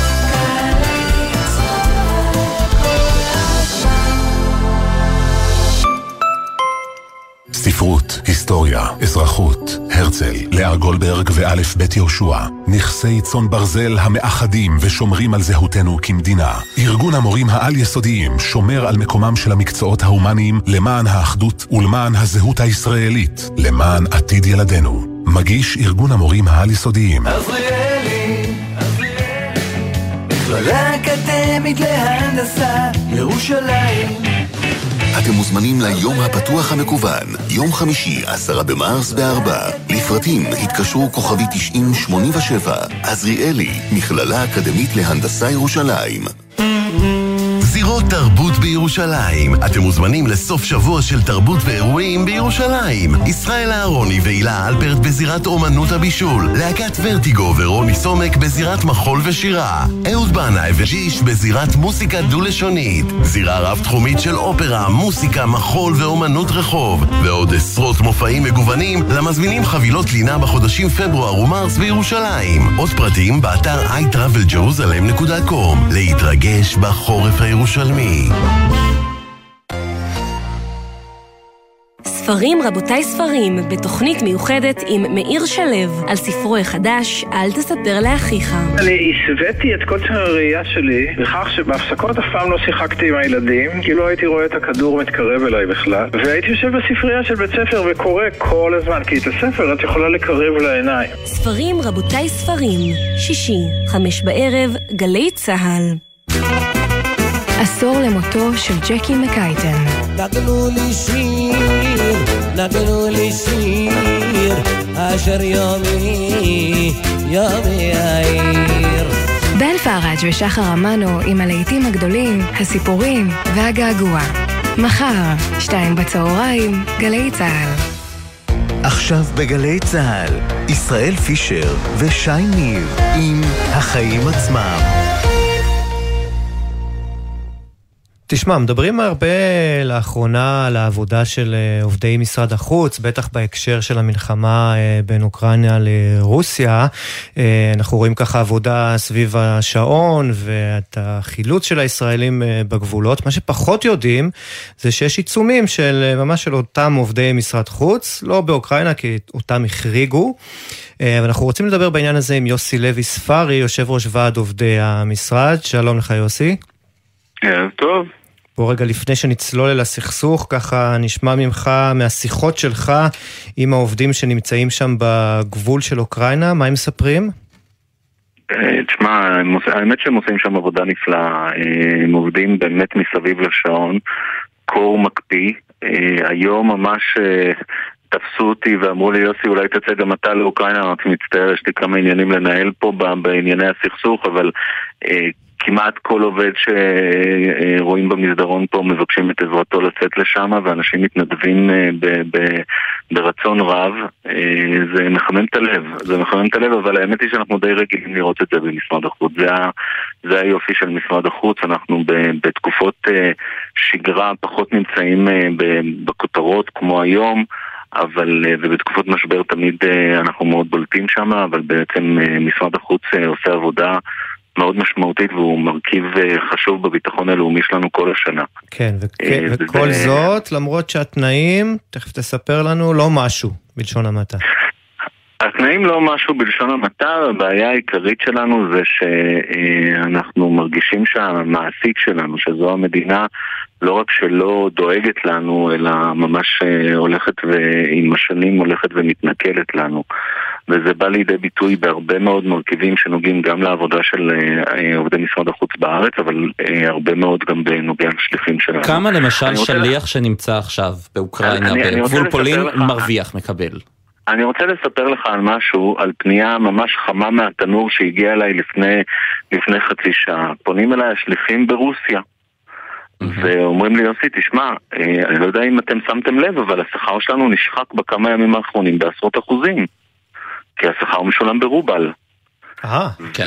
ספרות, היסטוריה, אזרחות, הרצל, לאה גולדברג ואלף בית יהושע. נכסי צאן ברזל המאחדים ושומרים על זהותנו כמדינה. ארגון המורים העל-יסודיים שומר על מקומם של המקצועות ההומניים למען האחדות ולמען הזהות הישראלית, למען עתיד ילדינו. מגיש ארגון המורים העל-יסודיים. עזריאלי, עזריאלי, מכללה אקדמית להנדסה, ירושלים. אתם מוזמנים ליום הפתוח המקוון, יום חמישי, עשרה במרס בארבע. לפרטים התקשרו כוכבי תשעים שמונים ושבע. עזריאלי, מכללה אקדמית להנדסה ירושלים. זירות תרבות בירושלים. אתם מוזמנים לסוף שבוע של תרבות ואירועים בירושלים. ישראל אהרוני והילה אלפרט בזירת אומנות הבישול. להקת ורטיגו ורוני סומק בזירת מחול ושירה. אהוד בנאי וג'יש בזירת מוסיקה דו-לשונית. זירה רב-תחומית של אופרה, מוסיקה, מחול ואומנות רחוב. ועוד עשרות מופעים מגוונים למזמינים חבילות לינה בחודשים פברואר ומרס בירושלים. עוד פרטים באתר איי טראבל ג'רוזלם נקודה קום. להתרגש בחורף הירושלים. ירושלמי. ספרים רבותיי ספרים, בתוכנית מיוחדת עם מאיר שלו, על ספרו החדש, אל תספר לאחיך. אני הסוויתי את קוצר הראייה שלי בכך שבהפסקות אף פעם לא שיחקתי עם הילדים, כי לא הייתי רואה את הכדור מתקרב אליי בכלל, והייתי יושב בספרייה של בית ספר וקורא כל הזמן, כי את הספר את יכולה לקרב לעיניים. ספרים רבותיי ספרים, שישי, חמש בערב, גלי צהל. עשור למותו של ג'קי מקייטן. נגנו לי שיר, נגנו לי שיר, אשר יומי, יומי העיר. בן פרג' ושחר אמנו עם הלהיטים הגדולים, הסיפורים והגעגוע. מחר, שתיים בצהריים, גלי צהל. עכשיו בגלי צהל, ישראל פישר ושי ניב עם החיים עצמם. תשמע, מדברים הרבה לאחרונה על העבודה של עובדי משרד החוץ, בטח בהקשר של המלחמה בין אוקראינה לרוסיה. אנחנו רואים ככה עבודה סביב השעון ואת החילוץ של הישראלים בגבולות. מה שפחות יודעים זה שיש עיצומים של ממש של אותם עובדי משרד חוץ, לא באוקראינה כי אותם החריגו. ואנחנו רוצים לדבר בעניין הזה עם יוסי לוי ספרי, יושב ראש ועד עובדי המשרד. שלום לך יוסי. טוב. בוא רגע לפני שנצלול אל הסכסוך, ככה נשמע ממך מהשיחות שלך עם העובדים שנמצאים שם בגבול של אוקראינה, מה הם מספרים? תשמע, האמת שהם עושים שם עבודה נפלאה, הם עובדים באמת מסביב לשעון, קור מקפיא, היום ממש תפסו אותי ואמרו לי יוסי אולי תצא גם אתה לאוקראינה, אמרתי מצטער, יש לי כמה עניינים לנהל פה בענייני הסכסוך, אבל כמעט כל עובד שרואים במסדרון פה מבקשים את עזרתו לצאת לשם, ואנשים מתנדבים ברצון רב. זה מחמם את הלב, זה מחמם את הלב, אבל האמת היא שאנחנו די רגילים לראות את זה במשרד החוץ. זה, זה היופי של משרד החוץ, אנחנו בתקופות שגרה פחות נמצאים בכותרות כמו היום, אבל ובתקופות משבר תמיד אנחנו מאוד בולטים שם, אבל בעצם משרד החוץ עושה עבודה מאוד משמעותית והוא מרכיב חשוב בביטחון הלאומי שלנו כל השנה. כן, וכל זאת, למרות שהתנאים, תכף תספר לנו, לא משהו בלשון המעטה. התנאים לא משהו בלשון המעטה, הבעיה העיקרית שלנו זה שאנחנו מרגישים שהמעסיק שלנו, שזו המדינה, לא רק שלא דואגת לנו, אלא ממש הולכת ועם השנים הולכת ומתנכלת לנו. וזה בא לידי ביטוי בהרבה מאוד מרכיבים שנוגעים גם לעבודה של עובדי משרד החוץ בארץ, אבל הרבה מאוד גם בנוגע לשליחים שלנו. כמה למשל שליח שנמצא עכשיו באוקראינה, בגבול פולין, מרוויח, מקבל? אני רוצה לספר לך על משהו, על פנייה ממש חמה מהתנור שהגיעה אליי לפני, לפני חצי שעה. פונים אליי השליחים ברוסיה. ואומרים לי יוסי, תשמע, אני לא יודע אם אתם שמתם לב, אבל השכר שלנו נשחק בכמה ימים האחרונים בעשרות אחוזים. כי השכר משולם ברובל. אה, כן.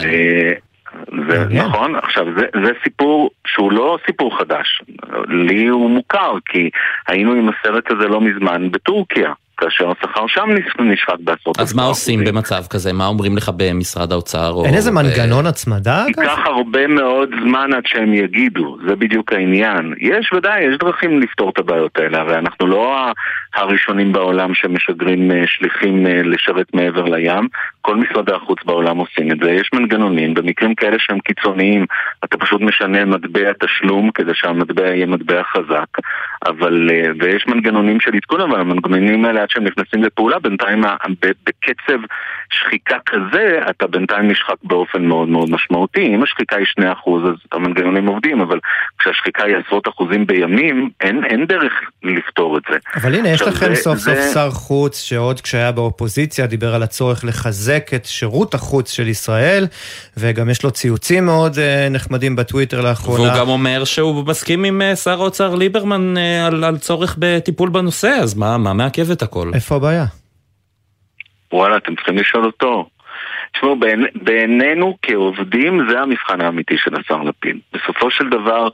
זה נכון, עכשיו זה, זה סיפור שהוא לא סיפור חדש, לי הוא מוכר, כי היינו עם הסרט הזה לא מזמן בטורקיה, כאשר השכר שם נשחק בעשרות. אז מה עושים במצב כזה? מה אומרים לך במשרד האוצר? אין איזה מנגנון הצמדה? ייקח הרבה מאוד זמן עד שהם יגידו, זה בדיוק העניין. יש ודאי, יש דרכים לפתור את הבעיות האלה, הרי אנחנו לא הראשונים בעולם שמשגרים שליחים לשרת מעבר לים, כל משרדי החוץ בעולם עושים את זה, יש מנגנונים, במקרים כאלה שהם קיצוניים, אתה פשוט משנה מטבע תשלום כדי שהמטבע יהיה מטבע חזק, אבל, ויש מנגנונים של עדכון, אבל המנגנונים האלה עד שהם נכנסים לפעולה, בינתיים בקצב שחיקה כזה, אתה בינתיים נשחק באופן מאוד מאוד משמעותי. אם השחיקה היא שני אחוז, אז המנגנונים עובדים, אבל כשהשחיקה היא עשרות אחוזים בימים, אין, אין דרך לפתור את זה. אבל הנה, יש לכם סוף סוף שר חוץ, שעוד כשהיה באופוזיציה, דיבר על הצורך לחזק את שירות החוץ של ישראל, וגם יש לו ציוצים מאוד נחמדים בטוויטר לאחרונה. והוא גם אומר שהוא מסכים עם שר האוצר ליברמן על, על צורך בטיפול בנושא, אז מה, מה מעכב את הכל? איפה הבעיה? וואלה, אתם צריכים לשאול אותו. תשמעו, בעינינו כעובדים זה המבחן האמיתי של השר לפיד. בסופו של דבר,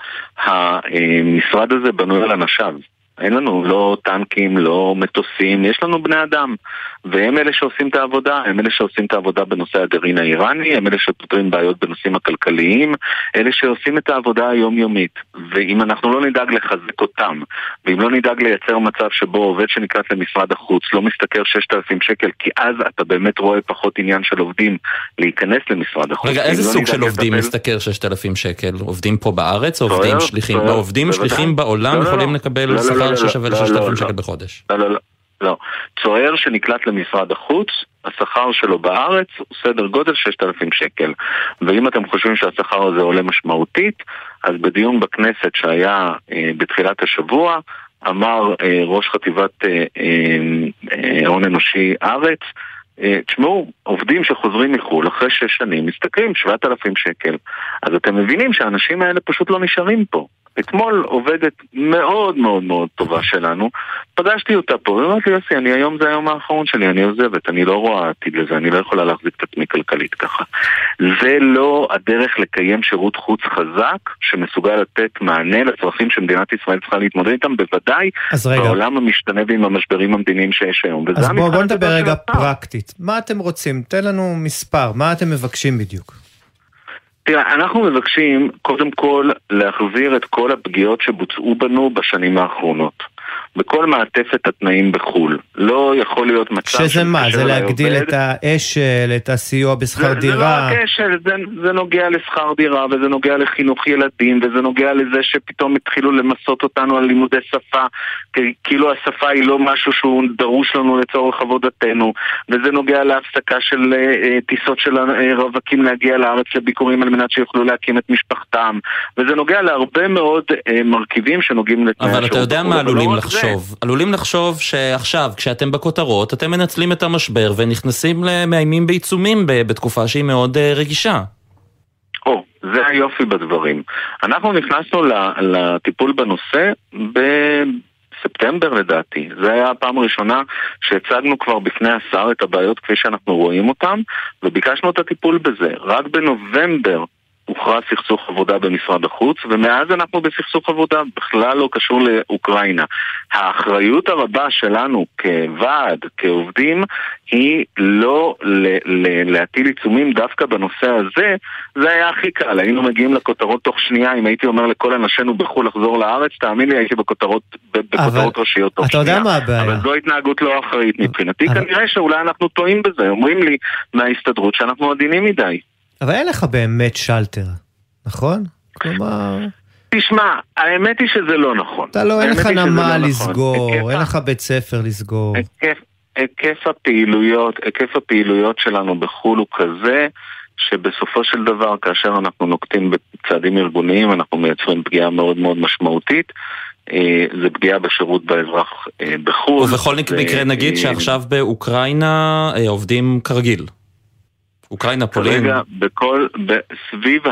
המשרד הזה בנוי על אנשיו. אין לנו לא טנקים, לא מטוסים, יש לנו בני אדם. והם אלה שעושים את העבודה, הם אלה שעושים את העבודה בנושא הגרעין האיראני, הם אלה שפותרים בעיות בנושאים הכלכליים, אלה שעושים את העבודה היומיומית. ואם אנחנו לא נדאג לחזק אותם, ואם לא נדאג לייצר מצב שבו עובד שנקראת למשרד החוץ לא מסתכר ששת אלפים שקל, כי אז אתה באמת רואה פחות עניין של עובדים להיכנס למשרד החוץ. רגע, איזה סוג של עובדים מסתכר ששת אלפים שקל? עובדים פה בארץ? עובדים שליחים? עובדים שליחים בעולם יכולים לקבל שכר ששווה ל-ששת אלפים שקל בחודש? לא, לא, לא. לא. צוער שנקלט למשרד החוץ, השכר שלו בארץ הוא סדר גודל ששת אלפים שקל. ואם אתם חושבים שהשכר הזה עולה משמעותית, אז בדיון בכנסת שהיה אה, בתחילת השבוע, אמר אה, ראש חטיבת אה, אה, הון אנושי ארץ, אה, תשמעו, עובדים שחוזרים מחול אחרי שש שנים מסתכלים שבעת אלפים שקל. אז אתם מבינים שהאנשים האלה פשוט לא נשארים פה. אתמול עובדת מאוד מאוד מאוד טובה שלנו, פגשתי אותה פה, ואמרתי, יוסי, אני היום זה היום האחרון שלי, אני עוזבת, אני לא רואה עתיד לזה, אני לא יכולה להחזיק את עצמי כלכלית ככה. זה לא הדרך לקיים שירות חוץ חזק, שמסוגל לתת מענה לצרכים שמדינת ישראל צריכה להתמודד איתם, בוודאי בעולם המשתנה ועם המשברים המדיניים שיש היום. אז בואו בוא נדבר רגע פרקטית. מה אתם רוצים? תן לנו מספר, מה אתם מבקשים בדיוק? תראה, אנחנו מבקשים קודם כל להחזיר את כל הפגיעות שבוצעו בנו בשנים האחרונות. בכל מעטפת התנאים בחול. לא יכול להיות מצב... שזה מה? זה להגדיל את האשל, את הסיוע בשכר דירה? זה לא רק אשל, זה, זה נוגע לשכר דירה, וזה נוגע לחינוך ילדים, וזה נוגע לזה שפתאום התחילו למסות אותנו על לימודי שפה, כאילו השפה היא לא משהו שהוא דרוש לנו לצורך עבודתנו, וזה נוגע להפסקה של uh, טיסות של רווקים להגיע לארץ לביקורים על מנת שיוכלו להקים את משפחתם, וזה נוגע להרבה מאוד uh, מרכיבים שנוגעים לתנאי אבל אתה יודע מה עלולים לחשוב? עלולים לחשוב שעכשיו, כשאתם בכותרות, אתם מנצלים את המשבר ונכנסים למאיימים בעיצומים בתקופה שהיא מאוד רגישה. או, זה היופי בדברים. אנחנו נכנסנו לטיפול בנושא בספטמבר לדעתי. זה היה הפעם הראשונה שהצגנו כבר בפני השר את הבעיות כפי שאנחנו רואים אותם, וביקשנו את הטיפול בזה. רק בנובמבר הוכרע סכסוך עבודה במשרד החוץ, ומאז אנחנו בסכסוך עבודה בכלל לא קשור לאוקראינה. האחריות הרבה שלנו כוועד, כעובדים, היא לא ל- ל- להטיל עיצומים דווקא בנושא הזה. זה היה הכי קל, היינו מגיעים לכותרות תוך שנייה, אם הייתי אומר לכל אנשינו בחול לחזור לארץ, תאמין לי, הייתי בכותרות, בכותרות ראשיות תוך שנייה. אתה יודע מה הבעיה? אבל זו התנהגות לא אחראית מבחינתי, אבל... כנראה שאולי אנחנו טועים בזה, אומרים לי מההסתדרות שאנחנו עדינים מדי. אבל אין לך באמת שלטר, נכון? כלומר... תשמע, האמת היא שזה לא נכון. אתה לא, אין לך נמל לסגור, אין לך בית ספר לסגור. היקף הפעילויות, היקף הפעילויות שלנו בחול הוא כזה, שבסופו של דבר, כאשר אנחנו נוקטים בצעדים ארגוניים, אנחנו מייצרים פגיעה מאוד מאוד משמעותית. זה פגיעה בשירות באזרח בחול. ובכל מקרה נגיד שעכשיו באוקראינה עובדים כרגיל. אוקראינה, פולין. כרגע, בכל, סביב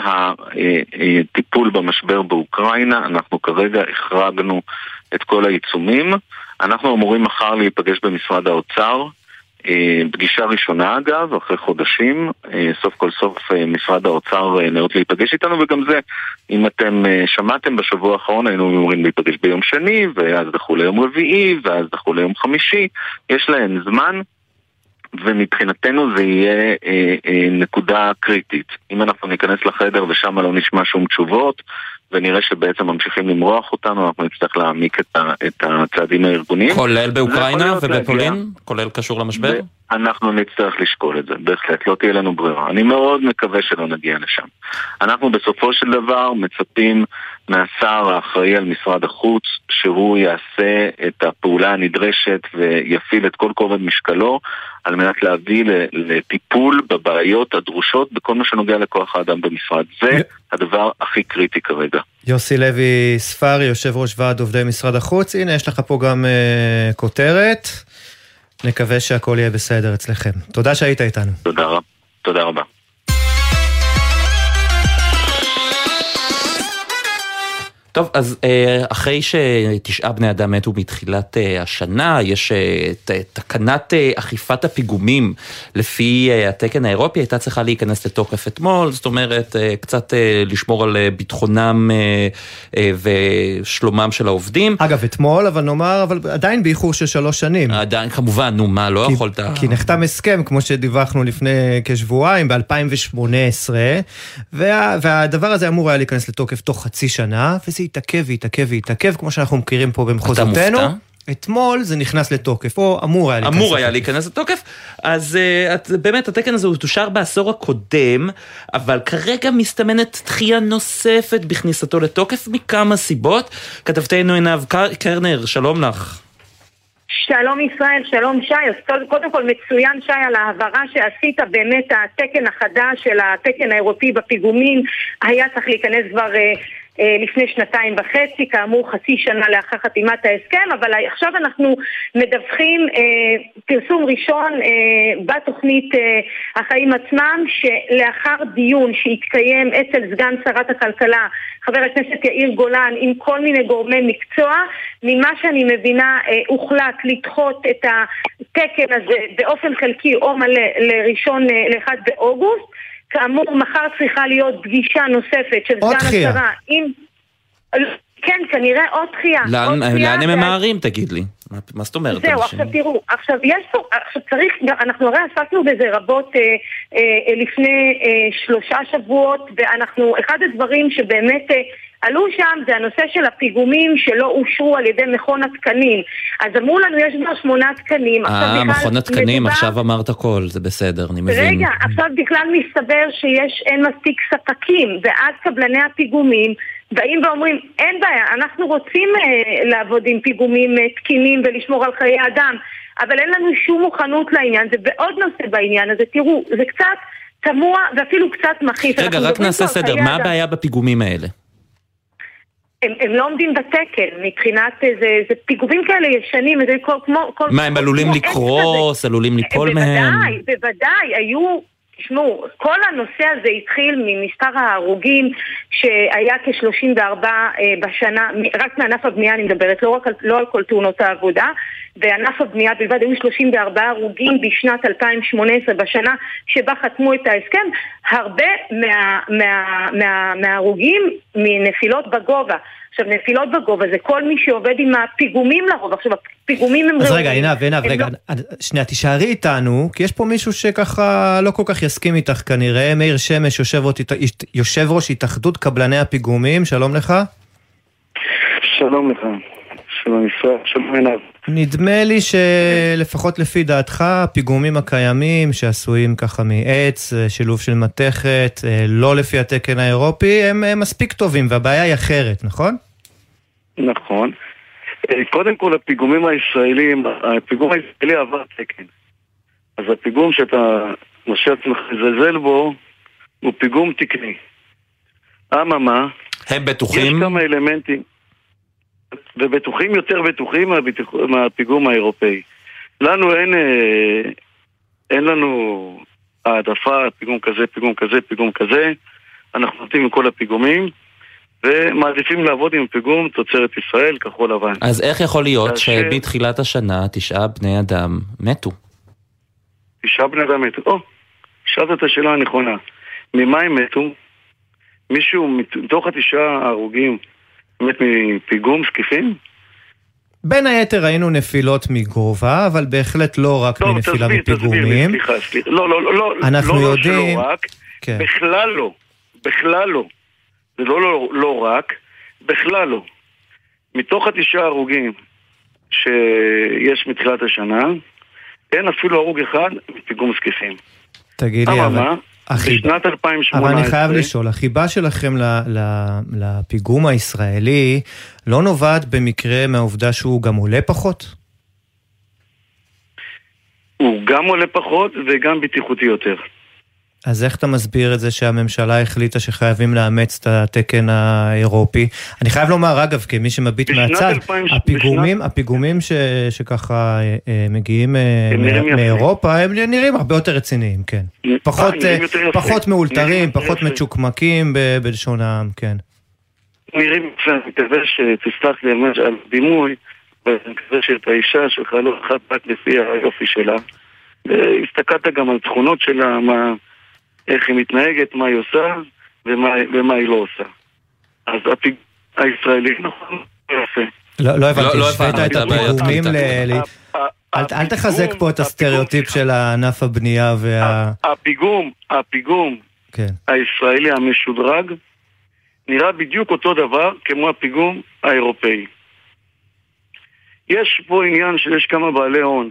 הטיפול במשבר באוקראינה, אנחנו כרגע החרגנו את כל העיצומים. אנחנו אמורים מחר להיפגש במשרד האוצר, פגישה ראשונה אגב, אחרי חודשים, סוף כל סוף משרד האוצר נאות להיפגש איתנו, וגם זה, אם אתם שמעתם בשבוע האחרון, היינו אמורים להיפגש ביום שני, ואז דחו ליום רביעי, ואז דחו ליום חמישי, יש להם זמן, ומבחינתנו זה יהיה אה, אה, נקודה קריטית. אם אנחנו ניכנס לחדר ושם לא נשמע שום תשובות, ונראה שבעצם ממשיכים למרוח אותנו, אנחנו נצטרך להעמיק את, ה, את הצעדים הארגוניים. כולל באוקראינה ובפולין? להגיע. כולל קשור למשבר? אנחנו נצטרך לשקול את זה, בהחלט, לא תהיה לנו ברירה. אני מאוד מקווה שלא נגיע לשם. אנחנו בסופו של דבר מצפים מהשר האחראי על משרד החוץ, שהוא יעשה את הפעולה הנדרשת ויפיל את כל כובד משקלו, על מנת להביא לטיפול בבעיות הדרושות בכל מה שנוגע לכוח האדם במשרד. זה הדבר הכי קריטי כרגע. יוסי לוי ספרי, יושב ראש ועד עובדי משרד החוץ, הנה יש לך פה גם uh, כותרת, נקווה שהכל יהיה בסדר אצלכם. תודה שהיית איתנו. תודה רבה. תודה רבה. טוב, אז אחרי שתשעה בני אדם מתו מתחילת השנה, יש תקנת אכיפת הפיגומים לפי התקן האירופי, הייתה צריכה להיכנס לתוקף אתמול, זאת אומרת, קצת לשמור על ביטחונם ושלומם של העובדים. אגב, אתמול, אבל נאמר, אבל עדיין באיחור של שלוש שנים. עדיין, כמובן, נו מה, לא יכולת... כי נחתם הסכם, כמו שדיווחנו לפני כשבועיים, ב-אלפיים שמונה עשרה, והדבר הזה אמור היה להיכנס לתוקף תוך חצי שנה, וזה יתעכב ויתעכב ויתעכב, כמו שאנחנו מכירים פה במחוזותינו. אתמול זה נכנס לתוקף, או אמור היה להיכנס לתוקף. אמור היה להיכנס לתוקף, אז uh, באמת התקן הזה הוא תושר בעשור הקודם, אבל כרגע מסתמנת דחייה נוספת בכניסתו לתוקף מכמה סיבות. כתבתנו עינב קרנר, שלום לך. שלום ישראל, שלום שי, אז קודם כל מצוין שי על העברה שעשית, באמת התקן החדש של התקן האירופי בפיגומים היה צריך להיכנס כבר לפני שנתיים וחצי, כאמור חצי שנה לאחר חתימת ההסכם, אבל עכשיו אנחנו מדווחים פרסום ראשון בתוכנית החיים עצמם, שלאחר דיון שהתקיים אצל סגן שרת הכלכלה, חבר הכנסת יאיר גולן, עם כל מיני גורמי מקצוע, ממה שאני מבינה הוחלט לדחות את התקן הזה באופן חלקי או מלא לראשון לאחד באוגוסט. כאמור, מחר צריכה להיות פגישה נוספת של סגן השרה עם... כן, כנראה עוד דחייה. לאן הם ממהרים, תגיד לי? מה זאת אומרת? זהו, עכשיו תראו, עכשיו יש פה, עכשיו צריך, אנחנו הרי עסקנו בזה רבות לפני שלושה שבועות, ואנחנו, אחד הדברים שבאמת עלו שם זה הנושא של הפיגומים שלא אושרו על ידי מכון התקנים. אז אמרו לנו יש כבר שמונה תקנים. אה, מכון התקנים, עכשיו אמרת הכל, זה בסדר, אני מבין. רגע, עכשיו בכלל מסתבר שיש אין מספיק ספקים, ואז קבלני הפיגומים באים ואומרים, אין בעיה, אנחנו רוצים אה, לעבוד עם פיגומים אה, תקינים ולשמור על חיי אדם, אבל אין לנו שום מוכנות לעניין. זה בעוד נושא בעניין הזה, תראו, זה קצת תמוה ואפילו קצת מכעיס. רגע, רק נעשה סדר, מה הבעיה בפיגומים האלה? הם, הם לא עומדים בתקן, מבחינת זה, זה פיגומים כאלה ישנים, זה כל, כמו... כל, מה, הם עלולים לקרוס, עלולים ליפול מהם? בוודאי, בוודאי, היו... תשמעו, כל הנושא הזה התחיל ממספר ההרוגים שהיה כ-שלושים וארבע בשנה, רק מענף הבנייה אני מדברת, לא, רק על, לא על כל תאונות העבודה, וענף הבנייה בלבד היו שלושים וארבע הרוגים בשנת אלפיים שמונה עשרה, בשנה שבה חתמו את ההסכם, הרבה מה, מה, מה, מההרוגים מנפילות בגובה. עכשיו, נפילות בגובה זה כל מי שעובד עם הפיגומים לרוב. עכשיו, הפיגומים הם... אז רגע, עינב, עינב, רגע, לא... שנייה, תישארי איתנו, כי יש פה מישהו שככה לא כל כך יסכים איתך כנראה, מאיר שמש, יושב, יושב ראש התאחדות קבלני הפיגומים, שלום לך. שלום לך, שלום ישראל, שלום עינב. נדמה לי שלפחות לפי דעתך, הפיגומים הקיימים שעשויים ככה מעץ, שילוב של מתכת, לא לפי התקן האירופי, הם, הם מספיק טובים, והבעיה היא אחרת, נכון? נכון. קודם כל, הפיגומים הישראלים, הפיגום הישראלי עבר תקן. אז הפיגום שאתה משה עצמך זלזל בו, הוא פיגום תקני. אממה, הם בטוחים? יש כמה אלמנטים. ובטוחים יותר בטוחים מהפיגום האירופאי. לנו אין, אין לנו העדפה, פיגום כזה, פיגום כזה, פיגום כזה. אנחנו נותנים עם כל הפיגומים, ומעדיפים לעבוד עם פיגום תוצרת ישראל, כחול לבן. אז איך יכול להיות שבתחילת השנה תשעה בני אדם מתו? תשעה בני אדם מתו. או, שאלת את השאלה הנכונה. ממה הם מתו? מישהו מתוך התשעה ההרוגים מת מפיגום סקיפים? בין היתר ראינו נפילות מגובה, אבל בהחלט לא רק לא, מנפילה תסביר, מפיגומים. תסביר, סליחה, סליחה. לא, לא, לא, אנחנו לא, יודעים... לא רק, כן. בכלל לא, בכלל לא. זה לא, לא, לא רק, בכלל לא. מתוך התשעה הרוגים שיש מתחילת השנה, אין אפילו הרוג אחד מפיגום סקיפים. תגיד לי, אבל... החיבה. בשנת אלפיים שמונה עשרה... אבל אני חייב לשאול, החיבה שלכם לפיגום הישראלי לא נובעת במקרה מהעובדה שהוא גם עולה פחות? הוא גם עולה פחות וגם בטיחותי יותר. אז איך אתה מסביר את זה שהממשלה החליטה שחייבים לאמץ את התקן האירופי? אני חייב לומר, אגב, כמי שמביט מהצד, הפיגומים, הפיגומים שככה מגיעים מאירופה, הם נראים הרבה יותר רציניים, כן. פחות מאולתרים, פחות מצ'וקמקים בלשון העם, כן. נראים יפה, אני מקווה שתסלח לי על דימוי, ואני מקווה שאת האישה שלך לא אחת רק לפי היופי שלה. והסתכלת גם על תכונות שלה, מה... איך היא מתנהגת, מה היא עושה ומה, ומה היא לא עושה. אז הפיג... הישראלי נכון, יפה. לא, לא הבנתי, השווית את הפיגומים ל... אל תחזק פה את הסטריאוטיפ של הענף הבנייה וה... הפיגום, הפיגום הישראלי המשודרג נראה בדיוק אותו דבר כמו הפיגום האירופאי. יש פה עניין שיש כמה בעלי הון,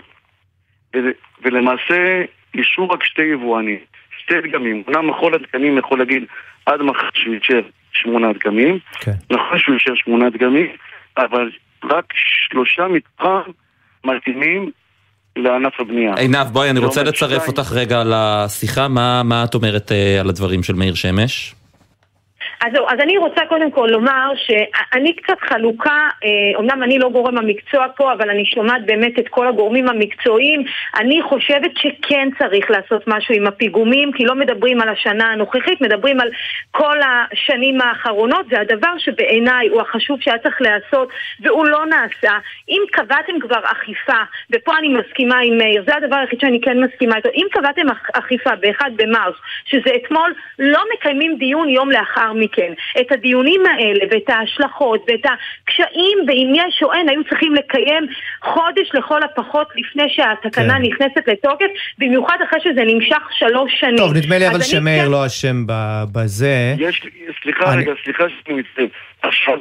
ולמעשה אישור רק שתי יבואנים. שתי דגמים, אמנם מכון התקנים יכול להגיד עד מחר שהוא יישאר שמונה דגמים, נכון שהוא יישאר שמונה דגמים, אבל רק שלושה מתחם מתאימים לענף הבנייה. עינב, בואי, אני רוצה לצרף אותך רגע לשיחה, מה את אומרת על הדברים של מאיר שמש? אז, אז אני רוצה קודם כל לומר שאני קצת חלוקה, אומנם אני לא גורם המקצוע פה, אבל אני שומעת באמת את כל הגורמים המקצועיים. אני חושבת שכן צריך לעשות משהו עם הפיגומים, כי לא מדברים על השנה הנוכחית, מדברים על כל השנים האחרונות. זה הדבר שבעיניי הוא החשוב שהיה צריך לעשות, והוא לא נעשה. אם קבעתם כבר אכיפה, ופה אני מסכימה עם מאיר, זה הדבר היחיד שאני כן מסכימה איתו, אם קבעתם אכיפה באחד במרס, שזה אתמול, לא מקיימים דיון יום לאחר מכן. את הדיונים האלה ואת ההשלכות ואת הקשיים, ואם יש או אין, היו צריכים לקיים חודש לכל הפחות לפני שהתקנה כן. נכנסת לתוקף, במיוחד אחרי שזה נמשך שלוש שנים. טוב, נדמה לי אבל שמאיר כן... לא אשם בזה. יש, סליחה אני... רגע, סליחה שאני מצטער. עכשיו,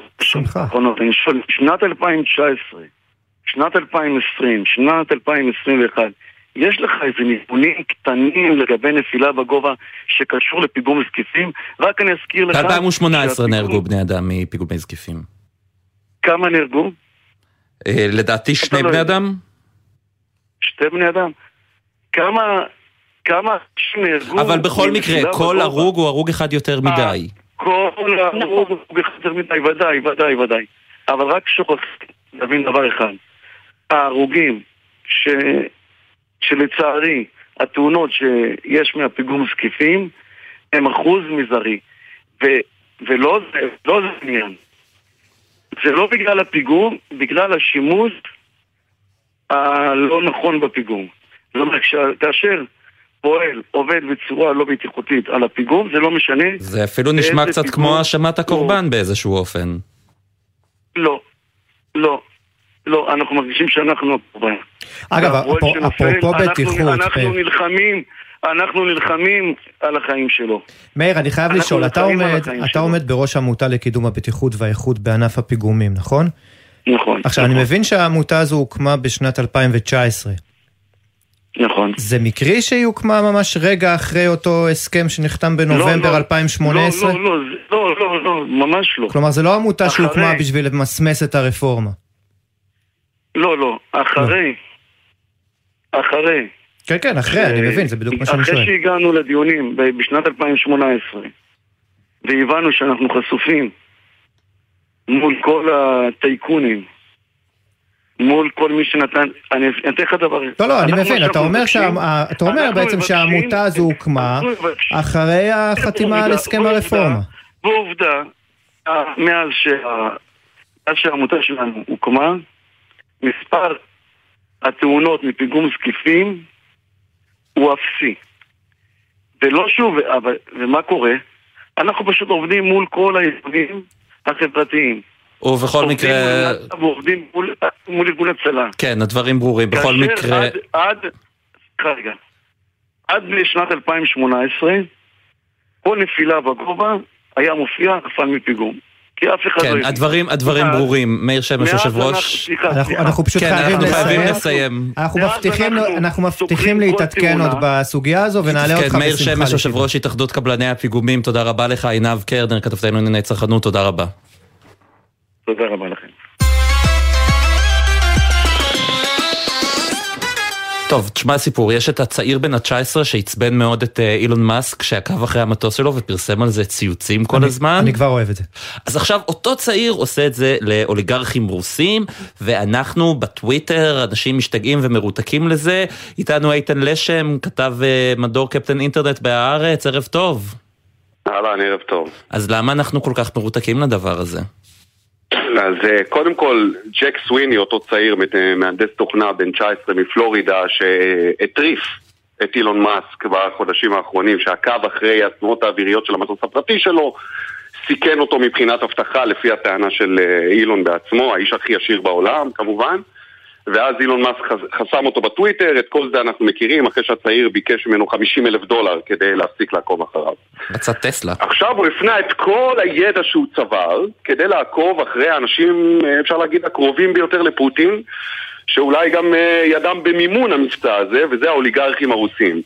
שנת אלפיים תשע עשרה, שנת אלפיים עשרים, שנת אלפיים עשרים ואחת, יש לך איזה נתונים קטנים לגבי נפילה בגובה שקשור לפיגום זקיפים? רק אני אזכיר לך... ב-אלפיים ושמונה עשרה נהרגו בני אדם מפיגומי זקיפים. כמה נהרגו? לדעתי שני בני אדם? שתי בני אדם? כמה... כמה נהרגו... אבל בכל מקרה, כל הרוג הוא הרוג אחד יותר מדי. כל הרוג הוא הרוג אחד יותר מדי, ודאי, ודאי, ודאי. אבל רק שוכח להבין דבר אחד. ההרוגים ש... שלצערי התאונות שיש מהפיגום זקיפים הם אחוז מזערי, ו, ולא זה, לא זה עניין. זה לא בגלל הפיגום, בגלל השימוש הלא נכון בפיגום. זאת אומרת, כאשר פועל עובד בצורה לא בטיחותית על הפיגום, זה לא משנה. זה אפילו נשמע קצת כמו האשמת הקורבן באיזשהו אופן. לא, לא. לא, אנחנו מרגישים שאנחנו הקורבן. אגב, אפרופו בטיחות... אנחנו נלחמים, אנחנו נלחמים על החיים שלו. מאיר, אני חייב לשאול, אתה עומד בראש העמותה לקידום הבטיחות והאיכות בענף הפיגומים, נכון? נכון. עכשיו, אני מבין שהעמותה הזו הוקמה בשנת אלפיים תשע עשרה. נכון. זה מקרי שהיא הוקמה ממש רגע אחרי אותו הסכם שנחתם בנובמבר אלפיים שמונה עשרה? לא, לא, לא, לא, לא, ממש לא. כלומר, זה לא עמותה שהוקמה בשביל למסמס את הרפורמה. לא, לא, אחרי, אחרי. כן, כן, אחרי, אני מבין, זה בדיוק מה שאני שואל. אחרי שהגענו לדיונים בשנת אלפיים שמונה עשרה, והבנו שאנחנו חשופים מול כל הטייקונים, מול כל מי שנתן, אני אתן לך דבר... לא, לא, אני מבין, אתה אומר בעצם שהעמותה הזו הוקמה אחרי החתימה על הסכם הרפורמה. ועובדה, מאז שהעמותה שלנו הוקמה, מספר התאונות מפיגום זקיפים הוא אפסי. ולא שוב, אבל, ומה קורה? אנחנו פשוט עובדים מול כל הארגונים החברתיים. ובכל מקרה... עובדים מול, מול ארגון הצלה. כן, הדברים ברורים. בכל מקרה... עד, עד, כרגע, עד לשנת אלפיים שמונה עשרה, כל נפילה בגובה היה מופיע נפל מפיגום. כי אף אחד כן, לא... הדברים, הדברים ברורים. מאיר שמש, יושב ראש... אנחנו פשוט חייבים לסיים. אנחנו מבטיחים להתעדכן עוד בסוגיה הזו, ונעלה אותך בשמחה. מאיר שמש, יושב ראש התאחדות קבלני הפיגומים, תודה רבה לך. עינב קרנר, כתבתנו לענייני צרכנות, תודה רבה. תודה רבה לכם. טוב, תשמע סיפור, יש את הצעיר בן ה-תשע עשרה שהצבן מאוד את אילון מאסק שעקב אחרי המטוס שלו ופרסם על זה ציוצים כל אני, הזמן. אני כבר אוהב את זה. אז עכשיו אותו צעיר עושה את זה לאוליגרכים רוסים, ואנחנו בטוויטר, אנשים משתגעים ומרותקים לזה. איתנו איתן לשם, כתב מדור קפטן אינטרנט בהארץ, ערב טוב. אהלן, ערב טוב. אז למה אנחנו כל כך מרותקים לדבר הזה? אז קודם כל, ג'ק סוויני, אותו צעיר, מהנדס תוכנה בן תשע עשרה מפלורידה, שהטריף את אילון מאסק בחודשים האחרונים, שעקב אחרי התנועות האוויריות של המטוס הפרטי שלו, סיכן אותו מבחינת הבטחה לפי הטענה של אילון בעצמו, האיש הכי עשיר בעולם כמובן, ואז אילון מאסק חסם אותו בטוויטר, את כל זה אנחנו מכירים, אחרי שהצעיר ביקש ממנו חמישים אלף דולר כדי להפסיק לעקוב אחריו. מצא טסלה. עכשיו הוא הפנה את כל הידע שהוא צבר, כדי לעקוב אחרי האנשים, אפשר להגיד, הקרובים ביותר לפוטין, שאולי גם ידם במימון המבצע הזה, וזה האוליגרכים הרוסים.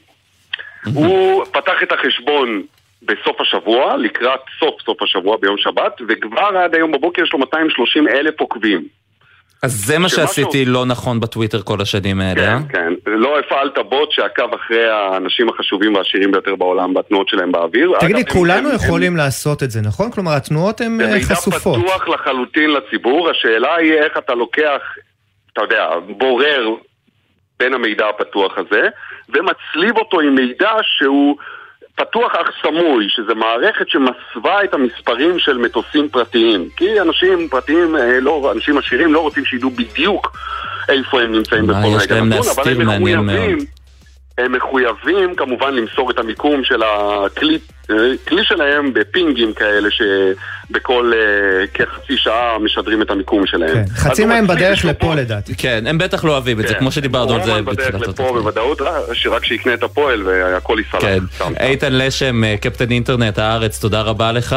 הוא פתח את החשבון בסוף השבוע, לקראת סוף סוף השבוע ביום שבת, וכבר עד היום בבוקר יש לו מאתיים ושלושים אלף עוקבים. אז זה מה שעשיתי לא נכון בטוויטר כל השנים האלה, כן, כן. לא הפעלת בוט שעקב אחרי האנשים החשובים והעשירים ביותר בעולם, בתנועות שלהם באוויר. תגיד לי, כולנו יכולים לעשות את זה, נכון? כלומר, התנועות הן חשופות. זה מידע פתוח לחלוטין לציבור, השאלה היא איך אתה לוקח, אתה יודע, בורר בין המידע הפתוח הזה, ומצליב אותו עם מידע שהוא פתוח אך סמוי, שזה מערכת שמסווה את המספרים של מטוסים פרטיים. כי אנשים פרטיים, לא, אנשים עשירים לא רוצים שידעו בדיוק איפה הם נמצאים בכל רגע נתון, אבל הם מחויבים, הם מחויבים כמובן למסור את המיקום של הכלי, כלי שלהם בפינגים כאלה שבכל כחצי שעה משדרים את הכל שלהם. חצי מהם בדרך לפה לדעתי. כן, הם בטח לא אוהבים את זה, כמו שדיברנו על זה. בדרך לפה בוודאות, רק שיקנה את הפועל והכל יסלח. איתן לשם, קפטן אינטרנט הארץ, תודה רבה לך.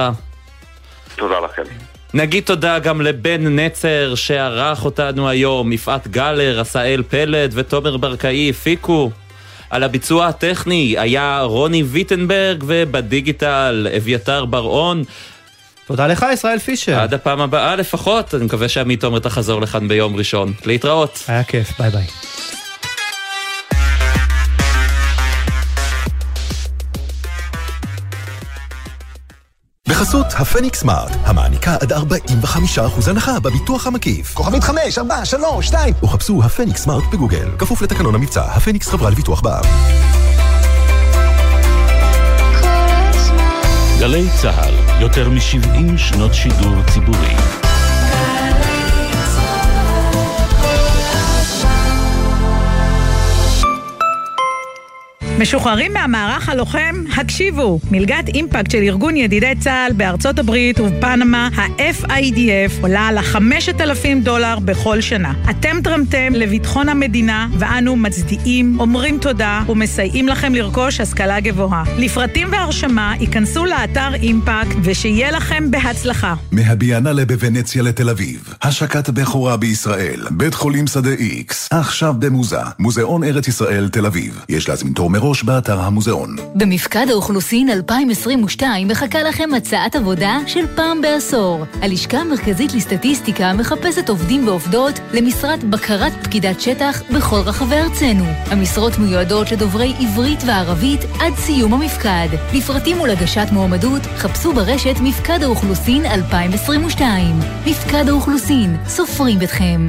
תודה לכם. נגיד תודה גם לבן נצר שערך אותנו היום, יפעת גלר, עשאל פלד ותומר ברקאי הפיקו. על הביצוע הטכני היה רוני ויטנברג, ובדיגיטל אביתר ברעון. תודה לך ישראל פישר. עד הפעם הבאה לפחות, אני מקווה שעמית תומר תחזור לכאן ביום ראשון. להתראות. היה כיף, ביי ביי. בחסות הפניקס סמארט, המעניקה עד ארבעים וחמישה אחוז הנחה בביטוח המקיף. כוכבית חמש, ארבע, שלוש, שתיים. וחפשו הפניקס סמארט בגוגל. כפוף לתקנון המבצע, הפניקס חברה לביטוח בע"מ. גלי צהל, יותר מ-שבעים שנות שידור ציבורי. משוחררים מהמערך הלוחם, הקשיבו. מלגת אימפקט של ארגון ידידי צה"ל בארצות הברית ובפנמה, ה-אף איי די אף, עולה על חמשת אלפים דולר בכל שנה. אתם תרמתם לביטחון המדינה, ואנו מצדיעים, אומרים תודה ומסייעים לכם לרכוש השכלה גבוהה. לפרטים והרשמה, ייכנסו לאתר אימפקט, ושיהיה לכם בהצלחה. מהביאנלה בוונציה לתל אביב, השקת בכורה בישראל, בית חולים שדה איקס, עכשיו במוזה, מוזיאון ארץ ישראל תל אביב. יש להזמין תור מראש באתר המוזיאון. במפקד האוכלוסין אלפיים עשרים ושתיים מחכה לכם הצעת עבודה של פעם בעשור. הלשכה המרכזית לסטטיסטיקה מחפשת עובדים ועובדות למשרת בקרת פקידת שטח בכל רחבי ארצנו. המשרות מיועדות לדוברי עברית וערבית עד סיום המפקד. לפרטים ולהגשת מועמדות חפשו ברשת מפקד האוכלוסין אלפיים עשרים ושתיים. מפקד האוכלוסין, סופרים בתכם.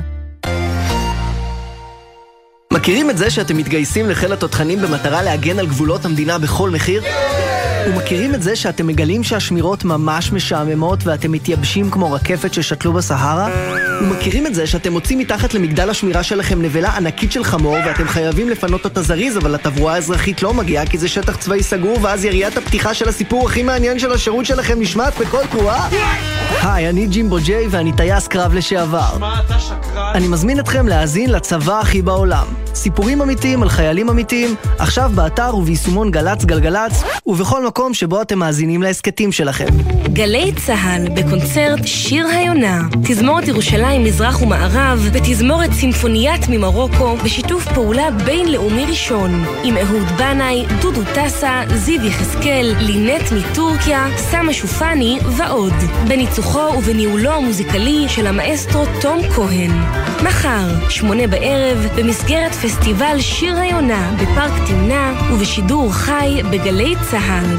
מכירים את זה שאתם מתגייסים לחיל התותחנים במטרה להגן על גבולות המדינה בכל מחיר? ומכירים את זה שאתם מגלים שהשמירות ממש משעממות ואתם מתייבשים כמו רקפת ששתלו בסהרה? ומכירים את זה שאתם מוצאים מתחת למגדל השמירה שלכם נבלה ענקית של חמור ואתם חייבים לפנות אותה זריז, אבל התברואה האזרחית לא מגיעה כי זה שטח צבאי סגור, ואז יריית הפתיחה של הסיפור הכי מעניין של השירות שלכם נשמעת בכל תרועה? היי, אני ג'ימבו ג'יי ואני טייס קרב לשעבר. מה אתה שקרן? אני מזמין אתכם להאזין לצבא הכי בעולם. סיפורים אמיתיים על חיילים אמיתיים, עכשיו באתר וביישומון גלץ גלגלץ, ובכל מקום שבו אתם מאזינים להסקטים שלכם. גלי צהל בקונצרט שיר היונה. תזמורת ירושלים מזרח ומערב ותזמורת סימפוניית ממרוקו בשיתוף פעולה בינלאומי ראשון. עם אהוד בנאי, דודו טסה, זיו יחזקאל, לינט מטורקיה, סמה שופני ועוד. בניצוחו ובניהולו המוזיקלי של המאסטרו תום כהן. מחר, שמונה בערב, במסגרת פסטיבל שיר היונה בפארק תמנה ובשידור חי בגלי צהל.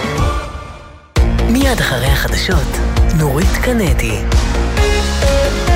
מיד אחרי החדשות, נורית קנדי.